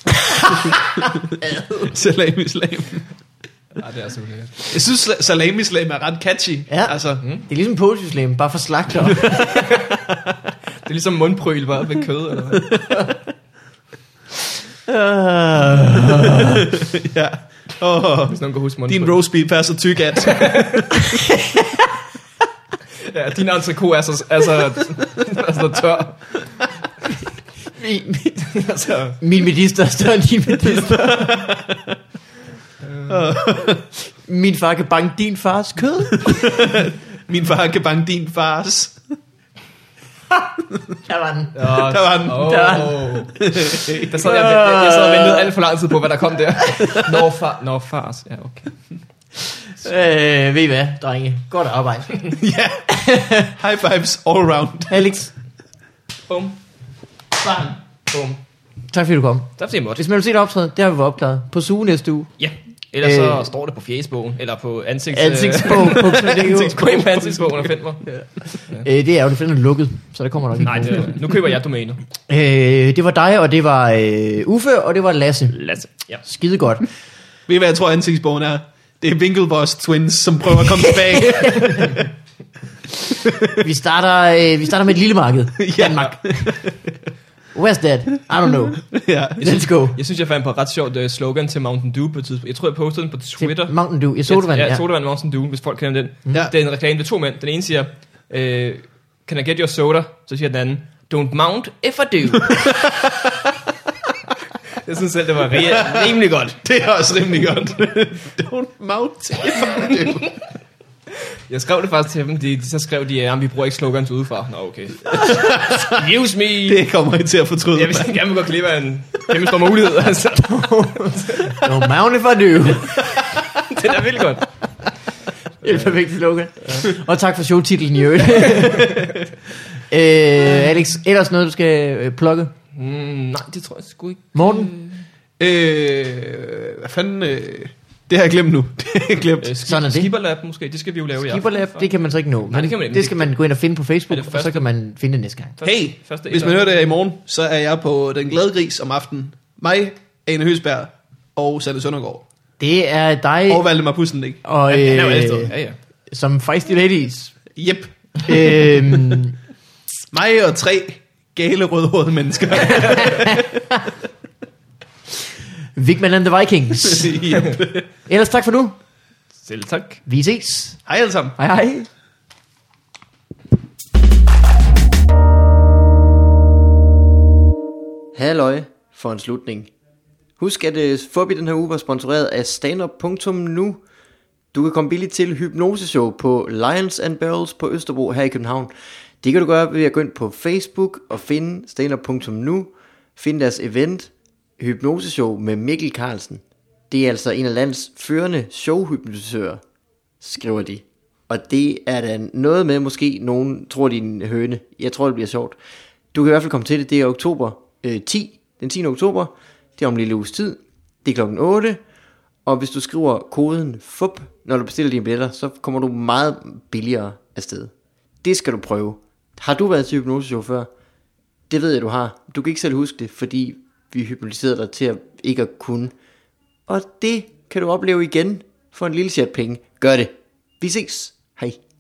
Salami-slam. Nej, det er så ulækkert. Jeg synes, salami-slam er ret catchy. Ja. Altså, Det er ligesom poetry-slam, bare for slagter. Det er ligesom mundpryl bare med kød, eller hvad? ja. Hvis nogen kan huske mundpryl. Din roast beef er så tyk, at... Ja, din entrecôte er så tør. Altså, Min medister er større end din medister. Min far kan banke din fars kød. Min far kan banke din fars. Der var den. Der var den. Der sad jeg sad og ventede alt for lang tid på, hvad der kom der. Når fars. Ja, okay. Ved I hvad, drenge? Godt arbejde. Ja. High fives all around. Alex, Bum. bang. Bum. Tak fordi du kom. Der bliver måtte. Hvis man vil se det optræde, det har vi været opklaret. På Suge næste uge. Ja. Ellers så står det på fjæsbogen, eller på Ansigtsbog. ansigtsbogen på ansigtsbogen og find mig. Det er jo, det finder lukket, så der kommer nok ikke. Nej, nu køber jeg domæner. Det var dig, og det var Uffe, og det var Lasse. Ja. Skide godt. Ved I, hvad jeg tror, ansigtsbogen er? Det er Winklevoss Twins, som prøver at komme tilbage. Vi starter med et lille marked. Danmark. Where's that? I don't know. Ja. Let's go. Jeg synes, jeg fandt på et ret sjovt slogan til Mountain Dew på et tidspunkt. Jeg tror, jeg postede den på Twitter. Mountain Dew. Sodavand. Ja, sodavand Mountain Dew, hvis folk kender den. Ja. Det er en reklame ved to mænd. Den ene siger, can I get your soda? Så siger den anden, don't mount if I do. Jeg synes selv, det var rimelig godt. Det er også rimelig godt. Don't mount if I do. Jeg skrev det faktisk til dem, så skrev de, at vi bruger ikke slogans udefra. Nå, okay. Use me! Det kommer I til at fortryde. Jeg vil gerne vil godt klippe af en kæmpe stor mulighed. Altså. No mount if I do. Det er virkelig godt. Det er perfekt slogan. Og tak for showtitlen i øvrigt. Alex, ellers noget, du skal plukke? Nej, det tror jeg sgu ikke. Morten? Hvad fanden... det har jeg glemt nu. Det har jeg glemt. Sådan er det. Skipperlab måske, det skal vi jo lave i aften. Skipperlab, det kan man så ikke nå. Nej, det kan man ikke. Det skal man gå ind og finde på Facebook, Er det og så første? kan man finde det næste gang. Hey, hvis man hører det i morgen, så er jeg på Den Glade Gris om aftenen. Mig, Ane Høsberg og Sanne Søndergaard. Det er dig Og Valdemar Pussendik. og Han er jo altid. Ja. som Feisty Ladies. Yep. Øhm, Mig og 3 gale rødhårede mennesker. Vigman and the Vikings. Yep. Ellers tak for nu. Selv tak. Vi ses. Hej alle sammen. Hej hej. Halløj for en slutning. Husk at Fup i den her uge var sponsoreret af standup.nu. Du kan komme billigt til hypnoseshow på Lions and Barrels på Østerbro her i København. Det kan du gøre ved at gå ind på Facebook og finde standup.nu. Find deres event, hypnoseshow med Mikkel Carlsen. Det er altså en af landets førende showhypnotisører, skriver de. Og det er da noget med, måske nogen tror de er en høne. Jeg tror det bliver sjovt. Du kan i hvert fald komme til det, det er oktober 10, den 10. oktober. Det er om en lille uges tid. Det er klokken 8. Og hvis du skriver koden FUP, når du bestiller dine billetter, så kommer du meget billigere afsted. Det skal du prøve. Har du været til hypnoseshow før? Det ved jeg, du har. Du kan ikke selv huske det, fordi vi hypnotiserede dig til at ikke at kunne. Og det kan du opleve igen for en lille chat penge. Gør det. Vi ses. Hej.